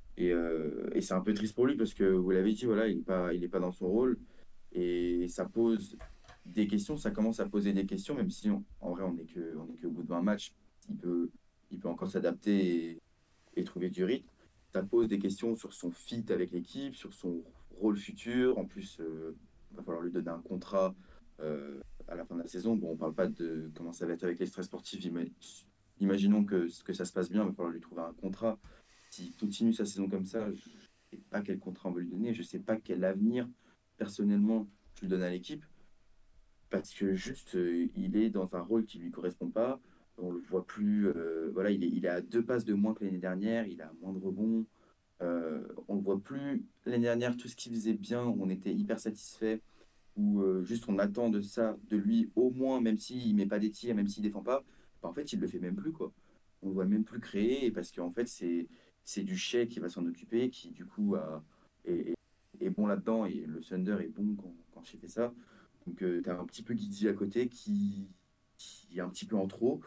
Et c'est un peu triste pour lui parce que vous l'avez dit, voilà, il est pas dans son rôle et ça pose des questions, ça commence à poser des questions, même si en vrai on est que au bout de 20 matchs, il peut encore s'adapter et trouver du rythme. Ça pose des questions sur son fit avec l'équipe, sur son rôle futur. En plus, il va falloir lui donner un contrat à la fin de la saison. Bon, on ne parle pas de comment ça va être avec les stress sportifs. Imaginons que ça se passe bien, il va falloir lui trouver un contrat. S'il continue sa saison comme ça, je ne sais pas quel contrat on va lui donner. Je ne sais pas quel avenir, personnellement, je lui donne à l'équipe. Parce que juste, il est dans un rôle qui ne lui correspond pas. On le voit plus. Voilà, il est à 2 passes de moins que l'année dernière. Il a moins de rebonds. On le voit plus. L'année dernière, tout ce qu'il faisait bien, on était hyper satisfait. Ou juste on attend de ça, de lui au moins, même s'il met pas des tirs, même s'il défend pas. Bah, en fait, il le fait même plus quoi. On le voit même plus créer et parce qu'en fait, c'est du Shea qui va s'en occuper, qui du coup est, est- est bon là-dedans et le Thunder est bon quand Shea fait ça. Donc, tu as un petit peu Guidi à côté qui est un petit peu en trop.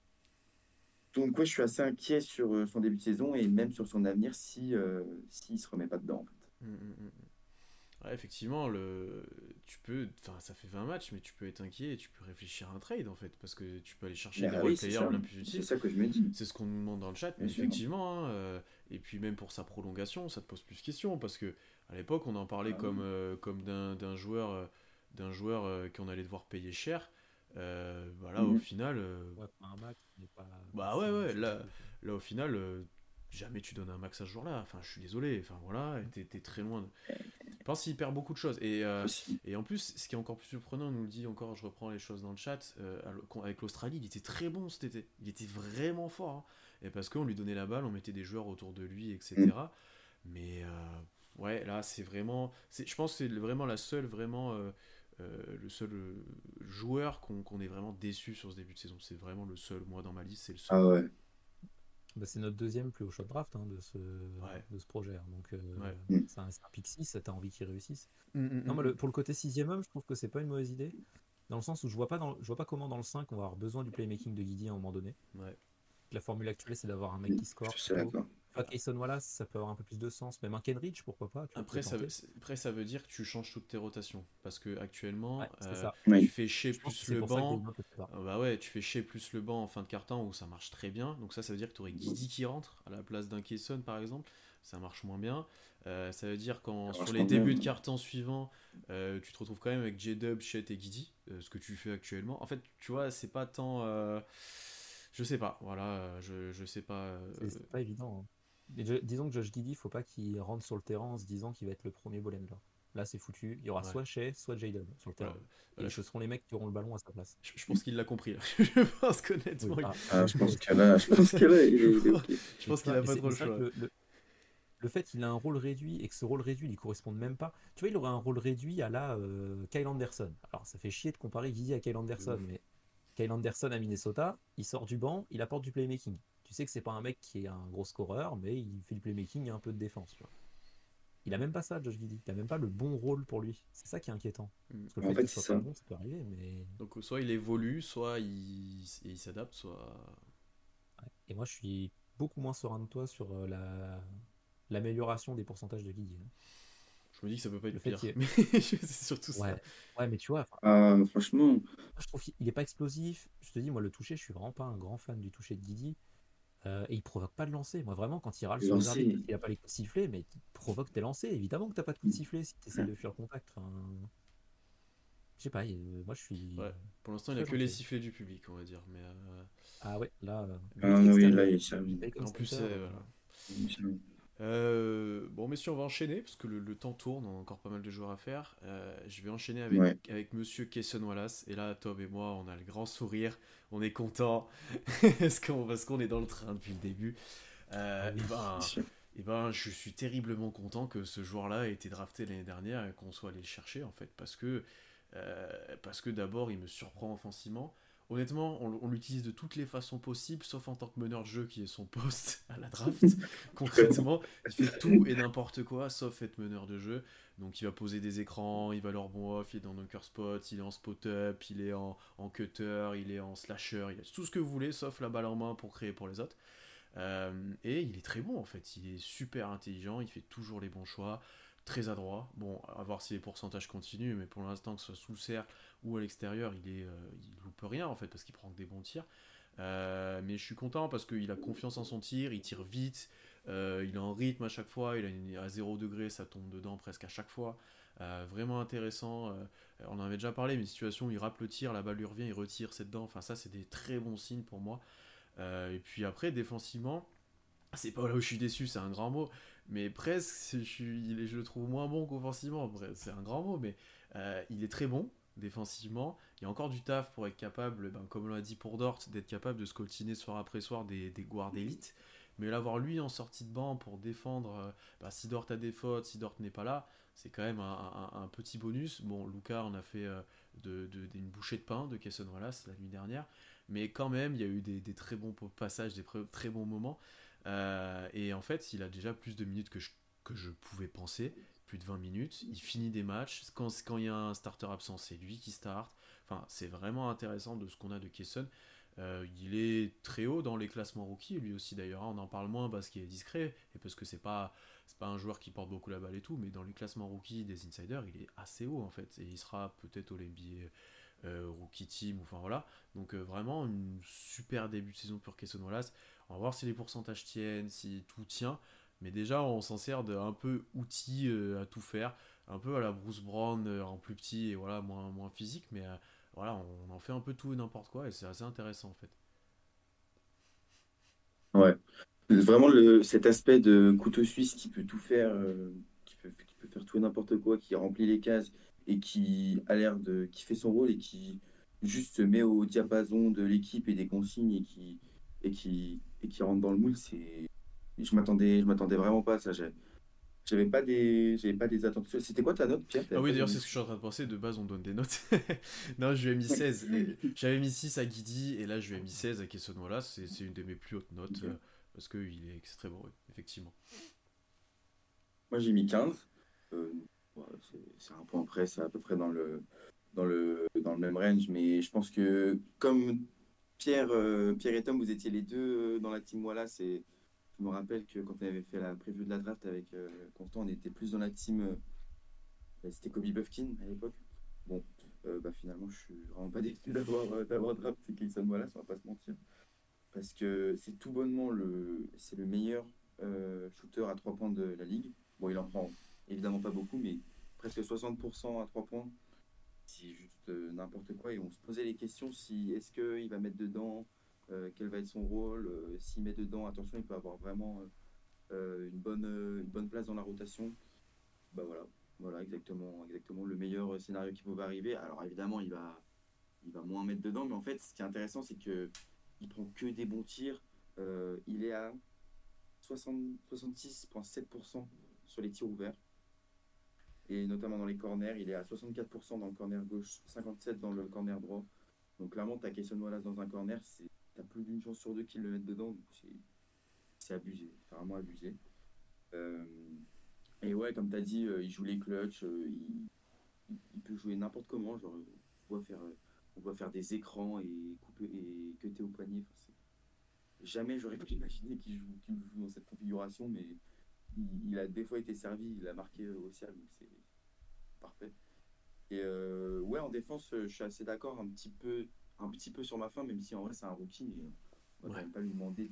Donc, ouais, je suis assez inquiet sur son début de saison et même sur son avenir s'il ne se remet pas dedans, en fait. Mm, mm, mm. Ouais, effectivement, enfin, ça fait 20 matchs, mais tu peux être inquiet et tu peux réfléchir à un trade en fait, parce que tu peux aller chercher des Ah role oui, c'est players ça. bien plus C'est utiles. ça que je me dis, C'est ce qu'on nous demande dans le chat, mais bien sûr. effectivement, hein, et puis même pour sa prolongation, ça te pose plus de questions, parce que à l'époque, on en parlait Ah comme, oui. comme d'un joueur qu'on allait devoir payer cher. Voilà, au Mhm. final, Ouais, pour un max, mais pas bah ouais, si, ouais, si élevé, quoi. là au final, jamais tu donnes un max à ce jour-là. Enfin, je suis désolé, enfin voilà, t'es très loin. Je pense qu'il perd beaucoup de choses. Possible. Et en plus, ce qui est encore plus surprenant, on nous le dit encore, je reprends les choses dans le chat, avec l'Australie, il était très bon cet été. Il était vraiment fort, hein. Et parce qu'on lui donnait la balle, on mettait des joueurs autour de lui, Mhm. etc. Mais ouais, là, c'est vraiment. Je pense que c'est vraiment la seule, vraiment. Le seul joueur qu'on est vraiment déçu sur ce début de saison. C'est vraiment le seul. Moi, dans ma liste, c'est le seul. Ah ouais. Bah, c'est notre deuxième plus haut shot draft hein, Ouais, de ce projet, hein. Donc, ouais. Mhm. c'est un pick 6, t'as envie qu'il réussisse. Mm, mm, Non, mm, moi, mm. pour le côté sixième homme, je trouve que c'est pas une mauvaise idée. Dans le sens où je vois pas comment dans le 5 on va avoir besoin du playmaking de Guidi à un moment donné. Ouais. La formule actuelle, c'est d'avoir un mec Mhm. qui Je score suis plutôt. d'accord. Tu vois, Kayson Wallace, ça peut avoir un peu plus de sens. Même un Kenrich, pourquoi pas, tu vois, pourrait Après tenter. ça veut dire que tu changes toutes tes rotations. Parce que Ouais, actuellement, c'est ça. tu Oui. fais chez Je pense que plus c'est le pour ça que banc. David ne fait pas. Bah ouais, tu fais chez plus le banc en fin de quart-temps où ça marche très bien. Donc ça veut dire que tu aurais Guidi qui rentre à la place d'un Kesson par exemple. Ça marche moins bien. Ça veut dire quand Ça sur marche les moins bien. débuts de quart-temps suivants, tu te retrouves quand même avec J-Dub, Chet et Guidi. Ce que tu fais actuellement. En fait, tu vois, c'est pas tant. Je sais pas, voilà, je sais pas. C'est pas évident, hein. Mais disons que Josh Giddey, faut pas qu'il rentre sur le terrain en se disant qu'il va être le premier ball handler. Là, c'est foutu. Il y aura Ouais, soit Shea, soit J-Dub sur le voilà. terrain. Voilà, Et ce seront les mecs qui auront le ballon à sa place. je pense qu'il l'a compris là. Je pense qu'honnêtement, Oui, ah, Ah, moi aussi. je pense que là, il est OK. je Mais pense tu qu'il vois, a pas trop mais le c'est vrai que choix. le fait qu'il a un rôle réduit et que ce rôle réduit lui corresponde même pas. Tu vois, il aurait un rôle réduit à la Kyle Anderson. Alors, ça fait chier de comparer Guidi à Kyle De Anderson, ouf. mais Kyle Anderson à Minnesota, il sort du banc, il apporte du playmaking. Tu sais que c'est pas un mec qui est un gros scoreur, mais il fait du playmaking et un peu de défense, tu vois. Il a même pas ça, Josh Giddey. Il a même pas le bon rôle pour lui. C'est ça qui est inquiétant. Mm. Parce que le En fait fait, qu'il c'est soit pas ça. bon, ça peut arriver, mais. Donc soit il évolue, soit il s'adapte, soit... Ouais. Et moi, je suis beaucoup moins serein de toi sur l'amélioration des pourcentages de Giddey, hein. Je me dis que ça peut pas Le être fait pire. qu'il. Mais c'est surtout ça. Ouais. Ouais, mais tu vois, enfin, Ah, franchement, je trouve qu'il est pas explosif. Je te dis, moi, le toucher, je suis vraiment pas un grand fan du toucher de Guidi. Et il provoque pas de lancer. Moi, vraiment, quand il râle sur les arbitres lancer. parce qu'il a pas les coups de sifflet, mais il provoque tes lancers. Évidemment que t'as pas de coups de sifflet si tu essaies de fuir le contact. Enfin, je sais pas, moi, je suis Ouais. Pour l'instant, il a très que les inquiet. sifflets du public, on va dire. Mais Ah ouais, là, Ah public oui, là, extérieur. il est Il servi. paye comme en plus, center. voilà. Il est servi. Bon, messieurs, on va enchaîner parce que le temps tourne, on a encore pas mal de joueurs à faire. Je vais enchaîner Ouais. avec monsieur Cason Wallace. Et là, Tom et moi, on a le grand sourire, on est content parce qu'on est dans le train depuis le début. Ah Et oui. C'est ben, sûr. je suis terriblement content que ce joueur-là ait été drafté l'année dernière et qu'on soit allé le chercher en fait, parce que d'abord, il me surprend offensivement. honnêtement, on l'utilise de toutes les façons possibles, sauf en tant que meneur de jeu qui est son poste à la draft. Concrètement, il fait tout et n'importe quoi, sauf être meneur de jeu. Donc il va poser des écrans, il va leur bon off, il est dans dunker spot, il est en spot-up, il est en cutter, il est en slasher, il a tout ce que vous voulez, sauf la balle en main pour créer pour les autres. Et il est très bon en fait, il est super intelligent, il fait toujours les bons choix, très adroit. Bon, à voir si les pourcentages continuent, mais pour l'instant, que ce soit sous le cercle ou à l'extérieur, il loupe rien en fait parce qu'il prend que des bons tirs. Mais je suis content parce qu'il a confiance en son tir, il tire vite, il est en rythme à chaque fois, à 0 degré, ça tombe dedans presque à chaque fois. Vraiment intéressant. On en avait déjà parlé, mais situation où il rate le tir, la balle lui revient, il retire, c'est dedans. Enfin, ça, c'est des très bons signes pour moi. Et puis après, défensivement, c'est pas là où je suis déçu, c'est un grand mot, mais presque, je le trouve moins bon qu'offensivement. C'est un grand mot, mais il est très bon défensivement. Il y a encore du taf pour être capable, ben, comme on l'a dit pour Dort, d'être capable de scoltiner soir après soir des guards d'élite. Mais l'avoir lui en sortie de banc pour défendre, ben, si Dort a des fautes, si Dort n'est pas là, c'est quand même un petit bonus. Bon, Luka en a fait une bouchée de pain de Cason Wallace la nuit dernière, mais quand même, il y a eu des très bons passages, très bons moments. Et en fait, il a déjà plus de minutes que je pouvais penser, plus de 20 minutes. Il finit des matchs. Quand il y a un starter absent, c'est lui qui start. Enfin, c'est vraiment intéressant de ce qu'on a de Kesson. Il est très haut dans les classements rookies, lui aussi d'ailleurs. On en parle moins parce qu'il est discret et parce que c'est pas un joueur qui porte beaucoup la balle et tout, mais dans les classements rookies des insiders, il est assez haut en fait. Et il sera peut-être au NBA rookie team, enfin voilà. Donc vraiment, une super début de saison pour Kesson Wallace. On va voir si les pourcentages tiennent, si tout tient. Mais déjà, on s'en sert d'un peu outil à tout faire. Un peu à la Bruce Brown en plus petit et voilà, moins physique. Mais voilà, on en fait un peu tout et n'importe quoi et c'est assez intéressant en fait. Ouais. Vraiment, cet aspect de couteau suisse qui peut tout faire, qui peut faire tout et n'importe quoi, qui remplit les cases et qui fait son rôle et qui juste se met au diapason de l'équipe et des consignes et qui rentre dans le moule, je m'attendais vraiment pas à ça. J'avais pas des attentes. C'était quoi ta note, Pierre? Ah T'avais oui, pas d'ailleurs, donné. c'est ce que je suis en train de penser. De base, on donne des notes. Non, je lui ai mis 16. J'avais mis 6 à Guidi et là, je lui ai mis 16 à Kesson Wallace. C'est une de mes plus hautes notes Ok. parce qu'il est extrêmement oui, effectivement. Moi, j'ai mis 15. Euh, ouais, c'est un point près, c'est à peu près dans le même range. Mais je pense que comme Pierre et Tom, vous étiez les deux dans la team Wallace. Et je me rappelle que quand on avait fait la preview de la draft avec Constant, on était plus dans la team. C'était Kobe Buffkin à l'époque. Bon, bah, finalement, je suis vraiment pas déçu d'avoir drafté Kayson Wallace, on va pas se mentir. Parce que c'est tout bonnement c'est le meilleur shooter à 3 points de la ligue. Bon, il en prend évidemment pas beaucoup, mais presque 60% à 3 points. C'est juste n'importe quoi. Et on se posait les questions si est-ce qu'il va mettre dedans, quel va être son rôle. S'il met dedans, attention, il peut avoir vraiment une bonne place dans la rotation. Bah voilà, exactement le meilleur scénario qui pouvait arriver. Alors évidemment, il va moins mettre dedans, mais en fait, ce qui est intéressant, c'est que il prend que des bons tirs. Il est à 66,7% sur les tirs ouverts. Et notamment dans les corners, il est à 64% dans le corner gauche, 57% dans le corner droit. Donc clairement, tu as Cason Wallace dans un corner, tu as plus d'une chance sur deux qu'il le mette dedans. Donc c'est abusé, c'est vraiment abusé. Euh, et ouais, comme tu as dit, il joue les clutches, il peut jouer n'importe comment. Genre, on voit faire des écrans et couper et cutter au poignet. Enfin, jamais j'aurais pu imaginer qu'il joue dans cette configuration, mais il a des fois été servi, il a marqué au ciel, donc c'est parfait. Et ouais, en défense, je suis assez d'accord un petit peu sur ma fin, même si en vrai c'est un rookie, mais on va quand Ouais. même pas lui demander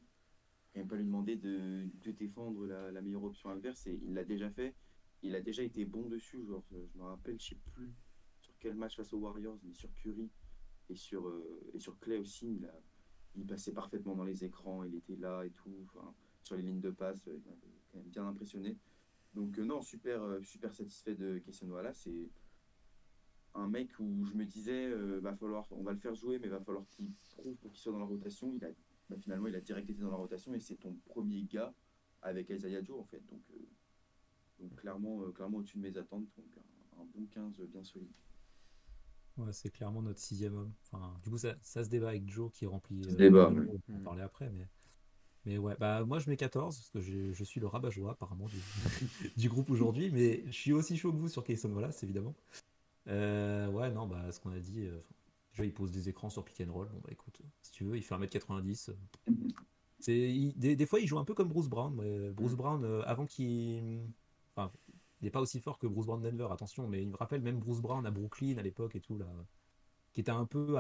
de défendre la meilleure option adverse. Et il l'a déjà fait. Il a déjà été bon dessus. Genre, je me rappelle, je sais plus sur quel match face aux Warriors, mais sur Curry et sur Clay aussi, il passait parfaitement dans les écrans. Il était là et tout. Enfin, sur les lignes de passe, il m'avait quand même bien impressionné. Donc non, super, super satisfait de Kayson Wallace. C'est un mec où je me disais, on va le faire jouer, mais il va falloir qu'il prouve pour qu'il soit dans la rotation. Finalement, il a direct été dans la rotation et c'est ton premier gars avec Isaiah Joe, en fait. Donc clairement au-dessus de mes attentes. Donc un bon 15 bien solide. Ouais, c'est clairement notre sixième homme. Enfin, du coup, ça se débat avec Joe qui remplit Ce le débat, numéro, ouais. on va en parler après. Mais ouais, bah moi je mets 14 parce que je suis le rabat-joie apparemment du groupe aujourd'hui. Mais je suis aussi chaud que vous sur Kayson Wallace, évidemment. Ouais, non, bah ce qu'on a dit. Déjà, il pose des écrans sur pick and roll. Bon, bah écoute, si tu veux, il fait 1m90. Des fois, il joue un peu comme Bruce Brown. Mais Bruce Mm. Brown, avant qu'il. Enfin, il n'est pas aussi fort que Bruce Brown Denver, attention, mais il me rappelle même Bruce Brown à Brooklyn à l'époque et tout, là, qui était un peu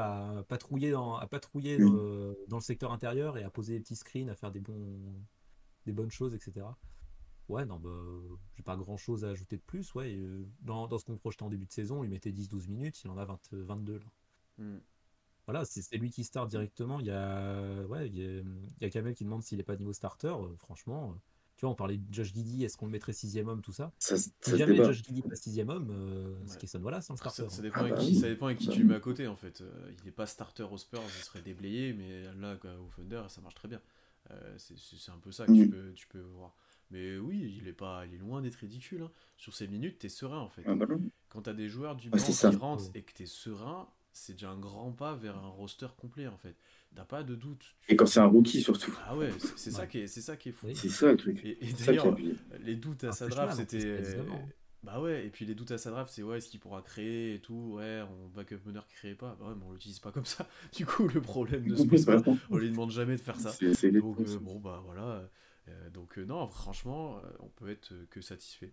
Oui. dans le secteur intérieur et à poser des petits screens, à faire des bonnes choses, etc. Ouais, non, bah, j'ai pas grand chose à ajouter de plus. Ouais, dans ce qu'on projetait en début de saison, il mettait 10-12 minutes, il en a 22 là. Mm. Voilà, c'est lui qui start directement. Il y a Kamel qui demande s'il est pas niveau starter. Franchement, tu vois, on parlait de Josh Giddey, est-ce qu'on le mettrait sixième homme, tout ça. Si Ça se jamais débat. Josh Giddey passe sixième homme, c'est Ouais. Kayson Wallace, hein, le Après, starter, ça hein. dépend Ah avec bah qui, oui. ça dépend avec qui Bah tu le mets oui. à côté en fait. Il n'est pas starter aux Spurs, il serait déblayé, mais là, quoi, au Thunder, ça marche très bien. C'est un peu ça que Mm. tu peux voir. Mais oui, il est loin d'être ridicule, hein. Sur ces minutes, t'es serein en fait. Ah bah non. Quand t'as des joueurs du Ouais, c'est banc ça. qui rentrent Ouais. et que t'es serein, c'est déjà un grand pas vers un roster complet en fait. T'as pas de doute. Et quand c'est un rookie, surtout. Ah ouais, c'est ça Ouais. qui est fou. Oui. C'est ça le truc. Et C'est ça qui est d'ailleurs, abusé. les doutes à Un sa draft, freshman en plus, il a 19 c'était. ans, hein. Bah ouais, et puis les doutes à sa draft, c'est ouais, est-ce qu'il pourra créer et tout, ouais, on backup meneur qui crée pas, bah ouais, mais on l'utilise pas comme ça. Du coup, le problème ne se pose pas, Vraiment. on lui demande jamais de faire ça. C'est Donc, exactement ça. bon, bah voilà. Non, franchement, on peut être que satisfait.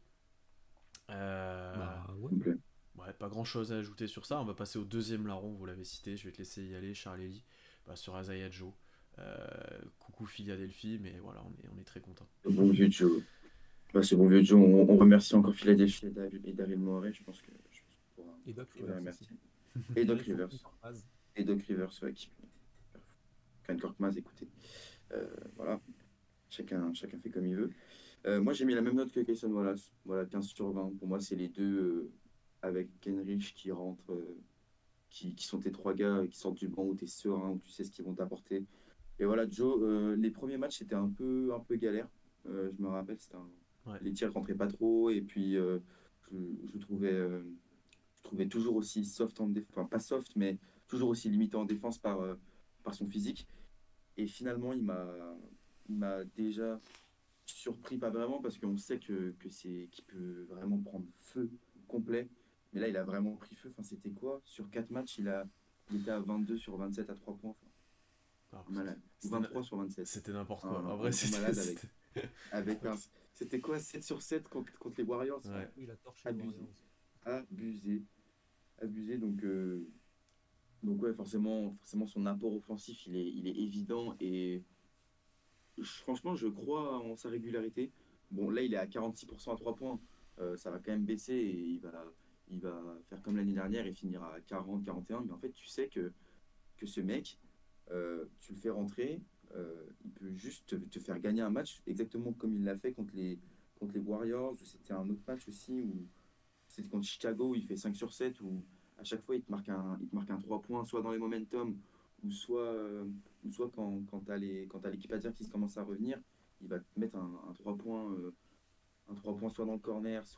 Euh, Bah ouais. Complet. ouais, pas grand chose à ajouter sur ça. On va passer au deuxième larron, vous l'avez cité, je vais te laisser y aller, Charles bah, sur Isaiah Joe. Euh, Coucou Philadelphie, mais voilà, on est très content. Ce bon vieux Joe. Bah, ce bon vieux Joe, on remercie encore Philadelphie et Daryl Morey. Je pense qu'on Et Doc pourra les Rivers aussi. remercier. Et Doc Terry Funk Rivers. Korkmaz. Et Doc Rivers, ouais, qui Ken Korkmaz, écoutez. Voilà, chacun fait comme il veut. Moi, j'ai mis la même note que Kayson Wallace. Voilà, 15 sur 20. Pour moi, c'est les deux avec Kenrich qui rentrent, qui sont tes trois gars qui sortent du banc où tu es serein, où tu sais ce qu'ils vont t'apporter. Et voilà, Joe, les premiers matchs, c'était un peu galère. Je me rappelle, Ouais. les tirs rentraient pas trop. Et puis, je, je trouvais, euh, je trouvais toujours aussi soft en défense. Enfin, pas soft, mais toujours aussi limité en défense par son physique. Et finalement, il m'a déjà surpris, pas vraiment, parce qu'on sait qu'il peut vraiment prendre feu complet. Mais là, il a vraiment pris feu. Enfin, c'était quoi? Sur 4 matchs, il était à 22 sur 27 à 3 points. Enfin, Alors, un malade. Ou c'était 23 sur 27. c'était n'importe quoi. En Un vrai, grand c'était. malade c'était- avec un. C'était quoi? 7 sur 7 contre les Warriors? Enfin, Ouais. Oui, il a torché les abusé. Warriors. Abusé. Abusé. Donc ouais, forcément, son apport offensif, il est évident. Et franchement, je crois en sa régularité. Bon, là, il est à 46% à 3 points. Ça va quand même baisser et il va faire comme l'année dernière et finir à 40, 41. Mais en fait, tu sais que ce mec, tu le fais rentrer, il peut juste te faire gagner un match, exactement comme il l'a fait contre les Warriors. C'était un autre match aussi où c'était contre Chicago, où il fait 5 sur 7, où à chaque fois, il te marque un 3 points, soit dans les momentum, ou soit quand quand t'as l'équipe adverse qui commence à revenir, il va te mettre un 3 points, un 3 points soit dans le corner,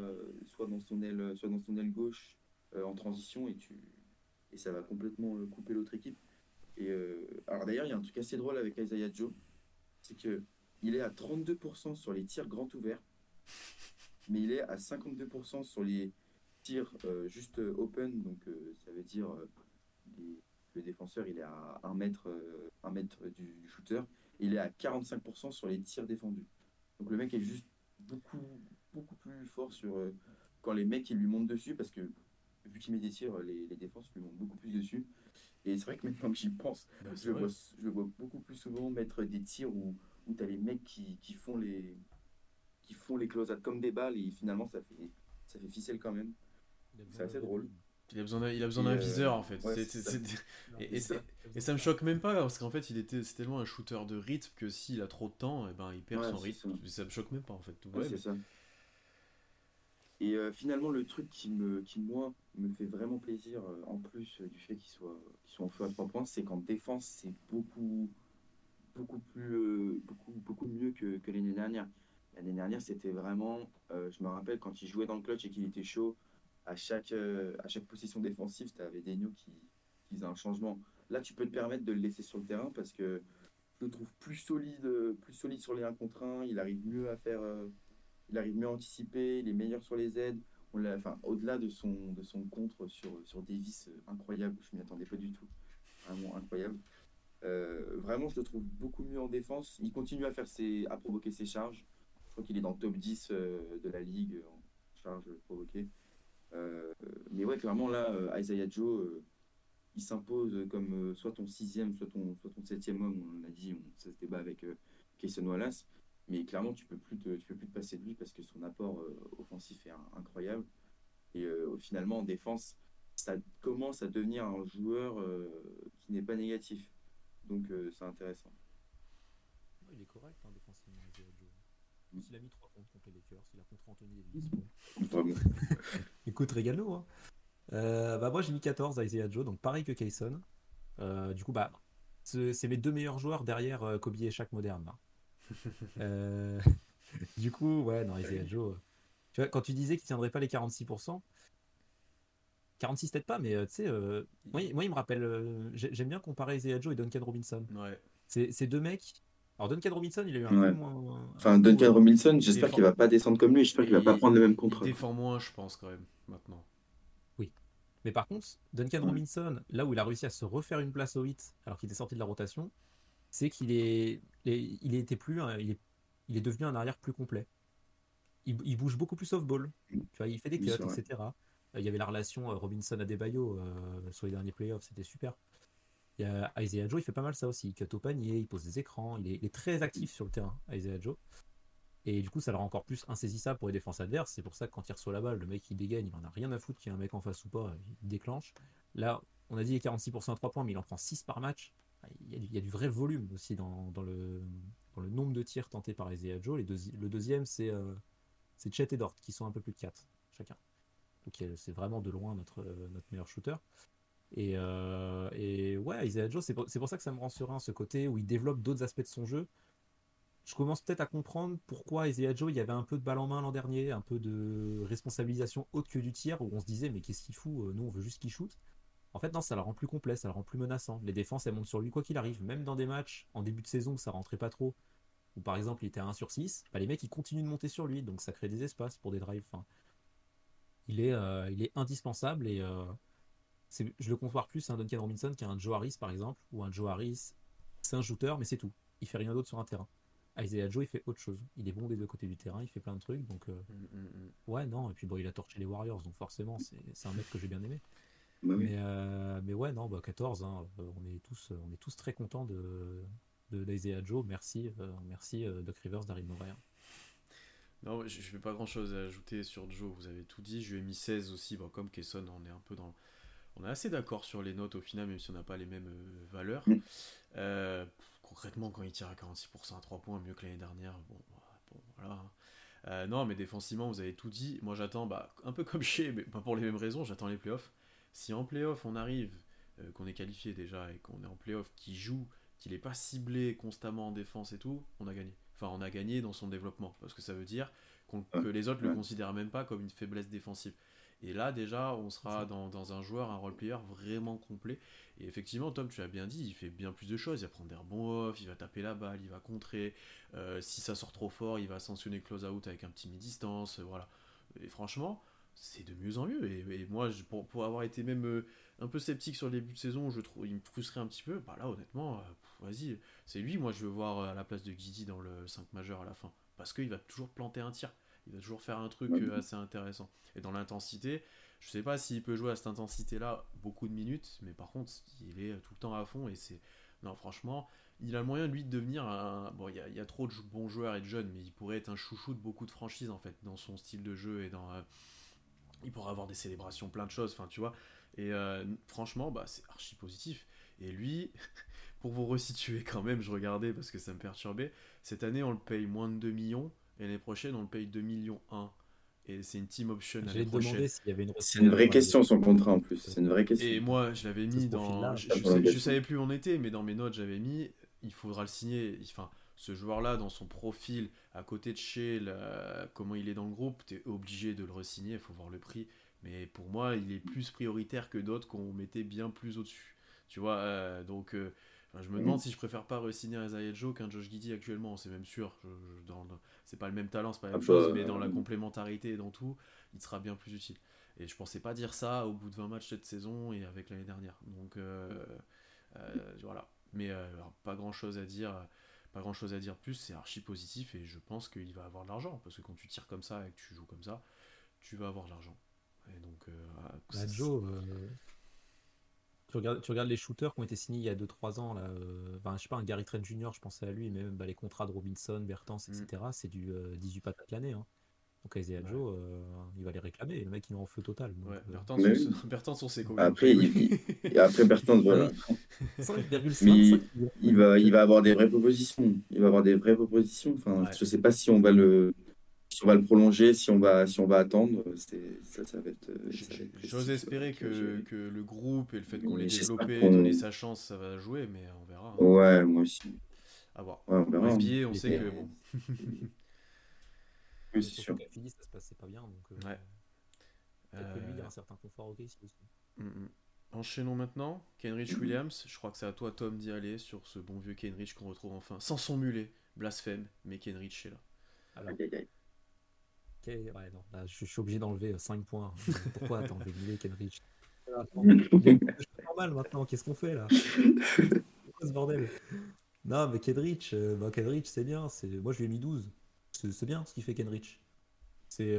soit dans son aile gauche en transition, et ça va complètement couper l'autre équipe. Alors d'ailleurs, il y a un truc assez drôle avec Isaiah Joe, c'est que il est à 32% sur les tirs grands ouverts, mais il est à 52% sur les tirs juste open, donc ça veut dire les- le défenseur il est à un mètre du shooter, et il est à 45% sur les tirs défendus. Donc le mec est juste beaucoup, beaucoup plus fort sur quand les mecs ils lui montent dessus, parce que vu qu'il met des tirs, les défenses lui montent beaucoup plus dessus. Et c'est vrai que maintenant que j'y pense, Bah, c'est je le vrai. vois, je le vois beaucoup plus souvent mettre des tirs où tu as les mecs qui font les close-out comme des balles et finalement ça fait ficelle quand même. Il a besoin C'est d'un assez vrai drôle. big. Il a besoin Et d'un viseur en fait. ouais, c'est ça. Non, Et, C'est et, ça. et- il a et besoin ça de me ça. choque même pas parce qu'en fait c'est tellement un shooter de rythme que s'il a trop de temps, et ben, il perd Ouais, son c'est rythme. ça. Ça me choque même pas en fait. Donc, Ouais, ouais, c'est mais. ça. Et finalement, le truc qui, moi, me fait vraiment plaisir, en plus du fait qu'ils soient en feu à 3 points, c'est qu'en défense, c'est beaucoup mieux que l'année dernière. L'année dernière, c'était vraiment, je me rappelle quand il jouait dans le clutch et qu'il était chaud, à chaque possession défensive, tu avais Daigneault qui faisait un changement. Là, tu peux te permettre de le laisser sur le terrain parce que je le trouve plus solide sur les 1 contre 1. Il arrive mieux à anticiper, il est meilleur sur les aides. Enfin, au-delà de son contre sur Davis, incroyable, je m'y attendais pas du tout. Vraiment incroyable. Vraiment, je le trouve beaucoup mieux en défense. Il continue à provoquer ses charges. Je crois qu'il est dans le top 10 de la ligue en charges provoquées. Mais ouais, clairement, là, Isaiah Joe, il s'impose comme soit ton sixième, soit ton septième homme. On l'a dit, ça se débat avec Kayson Wallace. Mais clairement, tu peux plus te passer de lui parce que son apport offensif est incroyable. Et finalement, en défense, ça commence à devenir un joueur qui n'est pas négatif. Donc, c'est intéressant. Ouais, il est correct défensivement, Isaiah Joe. Mm. Il a mis 3 comptes contre les Lakers, il a contre Anthony Davis. Bon. Vraiment. Écoute, régalo, hein. Moi j'ai mis 14 à Isaiah Joe, donc pareil que Kayson. Du coup, c'est mes 2 meilleurs joueurs derrière Kobe et Shaq moderne, là. Euh, du coup, ouais, non, Isaiah Joe. Tu vois, quand tu disais qu'il tiendrait pas les 46%, 46 peut-être pas, mais tu sais, moi, il me rappelle. J'aime bien comparer Isaiah Joe et Duncan Robinson. Ouais. Ces deux mecs. Alors, Duncan Robinson, il a eu un peu Ouais. moins. Enfin, Duncan Robinson, j'espère défend- qu'il va pas descendre comme lui. J'espère qu'il va pas il, prendre le même il contrat, quoi. défend moins, je pense, quand même, maintenant. Oui. Mais par contre, Duncan Ouais. Robinson, là où il a réussi à se refaire une place au 8 alors qu'il était sorti de la rotation, c'est qu'il était plus, il est devenu un arrière plus complet. Il bouge beaucoup plus off-ball. Tu vois, il fait des Oui, cuts, c'est vrai. etc. Il y avait la relation Robinson-Adebayo sur les derniers playoffs, c'était super. Il y a Isaiah Joe, il fait pas mal ça aussi. Il cut au panier, il pose des écrans, il est très actif sur le terrain, Isaiah Joe. Et du coup, ça le rend encore plus insaisissable pour les défenses adverses. C'est pour ça que quand il reçoit la balle, le mec il dégaine, il en a rien à foutre qu'il y ait un mec en face ou pas, il déclenche. Là, on a dit 46% à 3 points, mais il en prend 6 par match. Il y a du vrai volume aussi dans le nombre de tirs tentés par Isaiah Joe. Le deuxième, c'est Chet et Dort qui sont un peu plus de 4 chacun. Donc c'est vraiment de loin notre meilleur shooter. Et ouais, Isaiah Joe, c'est pour ça que ça me rend serein, ce côté où il développe d'autres aspects de son jeu. Je commence peut-être à comprendre pourquoi Isaiah Joe, il y avait un peu de balle en main l'an dernier, un peu de responsabilisation autre que du tir, où on se disait, mais qu'est-ce qu'il fout? Nous, on veut juste qu'il shoot. En fait, non, ça le rend plus complet, ça le rend plus menaçant. Les défenses, elles montent sur lui quoi qu'il arrive. Même dans des matchs en début de saison où ça rentrait pas trop, où par exemple il était à 1 sur 6, les mecs ils continuent de monter sur lui, donc ça crée des espaces pour des drives. Enfin, il est indispensable et je le compare plus à un Duncan Robinson qu'à un Joe Harris par exemple, ou un Joe Harris, c'est un shooter, mais c'est tout. Il fait rien d'autre sur un terrain. Isaiah Joe, il fait autre chose. Il est bon des deux côtés du terrain, il fait plein de trucs, donc ouais, non, et puis bon, il a torché les Warriors, donc forcément, c'est un mec que j'ai bien aimé. Bah oui. Mais ouais, non, 14, hein, on est tous très contents d'Isaiah Joe. Merci Doc Rivers, Daryl Morey, hein. Non, je vais pas grand chose à ajouter sur Joe, vous avez tout dit. Je lui ai mis 16 aussi, bon, comme Kesson, on est un peu dans. On est assez d'accord sur les notes au final, même si on n'a pas les mêmes valeurs. Mm. Concrètement, quand il tire à 46% à 3 points, mieux que l'année dernière, bon voilà. Non, mais défensivement, vous avez tout dit. Moi, j'attends, un peu comme chez, mais pas pour les mêmes raisons, j'attends les playoffs. Si en playoffs, on arrive, qu'on est qualifié déjà et qu'on est en playoffs, qu'il joue, qu'il n'est pas ciblé constamment en défense et tout, on a gagné. Enfin, on a gagné dans son développement. Parce que ça veut dire Ouais. que les autres ne le Ouais. considèrent même pas comme une faiblesse défensive. Et là, déjà, on C'est sera ça. dans un joueur, un role-player vraiment complet. Et effectivement, Tom, tu l'as bien dit, il fait bien plus de choses. Il va prendre des rebonds off, il va taper la balle, il va contrer. Si ça sort trop fort, il va sanctionner close-out avec un petit mi-distance. Voilà. Et franchement, c'est de mieux en mieux. Et moi, pour avoir été même un peu sceptique sur le début de saison, je trouve, il me frustrait un petit peu. Là, honnêtement, vas-y, c'est lui, moi, je veux voir à la place de Guidi dans le 5 majeur à la fin. Parce qu'il va toujours planter un tir. Il va toujours faire un truc Ouais. assez intéressant. Et dans l'intensité, je sais pas s'il peut jouer à cette intensité-là beaucoup de minutes, mais par contre, il est tout le temps à fond et c'est. Non, franchement, il a le moyen, lui, de devenir un. Bon, il y a trop de bons joueurs et de jeunes, mais il pourrait être un chouchou de beaucoup de franchises, en fait, dans son style de jeu et dans. Il pourrait avoir des célébrations, plein de choses, enfin, tu vois. Et franchement, c'est archi positif. Et lui, pour vous resituer quand même, je regardais parce que ça me perturbait. Cette année, on le paye moins de 2 millions, et l'année prochaine, on le paye 2 millions 1. Et c'est une team option l'année J'allais te prochaine. demander s'il y avait une C'est une vraie restriction question, son contrat en plus. C'est une vraie question. Et moi, je l'avais de ce mis dans. profil-là. Je, La je, sais- je prolongation. savais plus où on était, mais dans mes notes, j'avais mis. Il faudra le signer. Enfin, ce joueur-là, dans son profil, à côté de chez comment il est dans le groupe, t'es obligé de le re-signer. Il faut voir le prix. Mais pour moi, il est plus prioritaire que d'autres qu'on mettait bien plus au-dessus. Tu vois, enfin, je me demande Mhm. si je préfère pas re-signer Isaiah Joe qu'un Josh Giddey actuellement, c'est même sûr. C'est pas le même talent, c'est pas la Ah même bah, chose, mais dans la complémentarité et dans tout, il sera bien plus utile. Et je pensais pas dire ça au bout de 20 matchs cette saison et avec l'année dernière. Donc voilà. Mais alors, pas grand chose à dire. Pas grand chose à dire de plus, c'est archi positif et je pense qu'il va avoir de l'argent parce que quand tu tires comme ça et que tu joues comme ça, tu vas avoir de l'argent. Et donc, Bah, Joe, tu regardes les shooters qui ont été signés il y a 2 3 ans, là, enfin, je sais pas, un Gary Trent Jr., je pensais à lui, mais même bah, les contrats de Robinson, Bertans, hmm, etc., c'est du 18 patates l'année, hein. Donc Isaiah ouais, Joe, il va les réclamer, et le mec il est en feu total. Donc, ouais. Bertrand, mais oui. Bertrand, on sait combien il Après, paye, oui. et après Bertrand, ah voilà. oui, 5,5, Mais 5,5. il va avoir des vraies propositions. Il va avoir des vraies propositions. Enfin, Ouais. je sais pas si on va le prolonger, si on va attendre. Ça va être J'ose précis, quoi. espérer Donc, que le groupe et le fait qu'on l'ait mais j'espère développé et donné qu'on. sa chance, ça va jouer, mais on verra, hein. Ouais, moi aussi. À voir. Ouais, on En verra, hein. NBA, on Il sait était, que Mais bon. oui, et c'est surtout sûr. qu'à Philly, ça se passait pas bien, donc Ouais. peut-être que lui, il Euh, a un certain confort au aussi. mm, mm. Enchaînons maintenant. Kenrich Williams. Je crois que c'est à toi, Tom, d'y aller sur ce bon vieux Kenrich qu'on retrouve enfin. Sans son mulet. Blasphème, mais Kenrich est là. Alors, Aïe, aïe, aïe. ouais, non, là, je suis obligé d'enlever 5 points. Pourquoi t'as enlevé Millet, Kenrich? Attends, il a une cheveux normale maintenant, qu'est-ce qu'on fait là? C'est quoi ce bordel? Non, mais Kenrich, bah, Kenrich, c'est bien. Moi, je lui ai mis 12. C'est bien ce qu'il fait, Kenrich. C'est,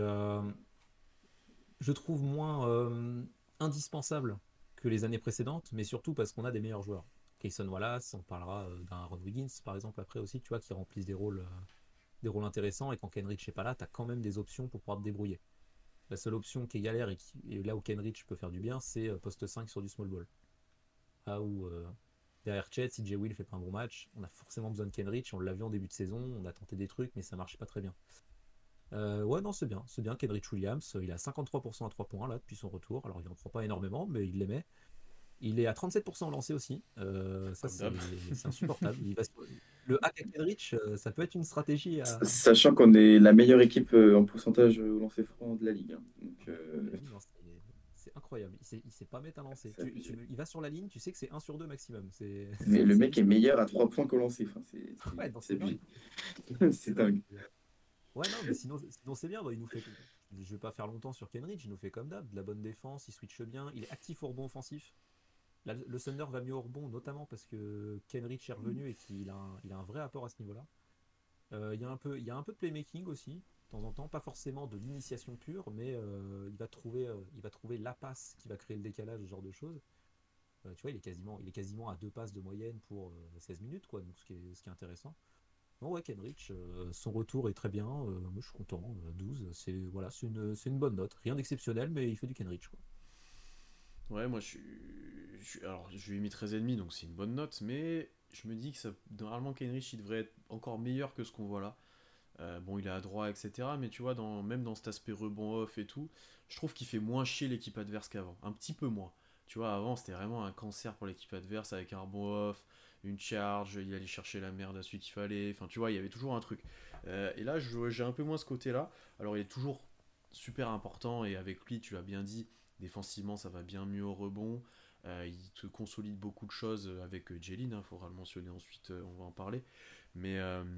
je trouve, moins indispensable que les années précédentes, mais surtout parce qu'on a des meilleurs joueurs. Kayson Wallace, on parlera d'un Aaron Wiggins, par exemple, après aussi, tu vois, qui remplissent des rôles intéressants. Et quand Kenrich n'est pas là, tu as quand même des options pour pouvoir te débrouiller. La seule option qui est galère et là où Kenrich peut faire du bien, c'est poste 5 sur du small ball. Là où derrière Chet, si Jay Will fait pas un bon match, on a forcément besoin de Kenrich. On l'a vu en début de saison, on a tenté des trucs, mais ça marchait pas très bien. Ouais, non, c'est bien. Kenrich Williams, il a 53% à 3 points là depuis son retour. Alors il en prend pas énormément, mais il les met. Il est à 37% au lancer aussi. Ça, Comme d'hab. c'est insupportable. Le hack à Kenrich, ça peut être une stratégie à. Sachant qu'on est la meilleure équipe en pourcentage au lancer franc de la ligue, hein. Donc, Mais oui, non, c'est incroyable. Il sait pas mettre un lancer. c'est abusé. Il va sur la ligne, tu sais que c'est 1 sur 2 maximum. Mais le C'est mec est hallucinant. meilleur à 3 points qu'au lancer. Enfin, Ouais, non, c'est c'est dingue. abusé. C'est C'est dingue. dingue. Ouais, non, mais sinon c'est bien. Bah, il nous fait. Je vais pas faire longtemps sur Kenrich. Il nous fait comme d'hab, de la bonne défense. Il switche bien. Il est actif au rebond offensif. Là, le Thunder va mieux au rebond, notamment parce que Kenrich est revenu et qu'il a un vrai apport à ce niveau-là. Il y a un peu de playmaking aussi, de temps en temps, pas forcément de l'initiation pure, mais il va trouver la passe qui va créer le décalage, ce genre de choses. Tu vois, il est quasiment à 2 passes de moyenne pour 16 minutes, quoi, donc ce qui est intéressant. Non, ouais, Kenrich, son retour est très bien, moi je suis content, 12, voilà, c'est une bonne note. Rien d'exceptionnel, mais il fait du Kenrich, quoi. Ouais, moi alors, je lui ai mis 13,5, donc c'est une bonne note, mais je me dis que normalement, Kenrich, il devrait être encore meilleur que ce qu'on voit là. Bon, il est à droit, etc. Mais tu vois, même dans cet aspect rebond off et tout, je trouve qu'il fait moins chier l'équipe adverse qu'avant. Un petit peu moins. Tu vois, avant, c'était vraiment un cancer pour l'équipe adverse avec un rebond off, une charge, il allait chercher la merde à celui qu'il fallait. Enfin, tu vois, il y avait toujours un truc. Et là, j'ai un peu moins ce côté-là. Alors, il est toujours super important et avec lui, tu l'as bien dit, défensivement, ça va bien mieux au rebond. Il te consolide beaucoup de choses avec Jelin, il faudra le mentionner ensuite, on va en parler. Mais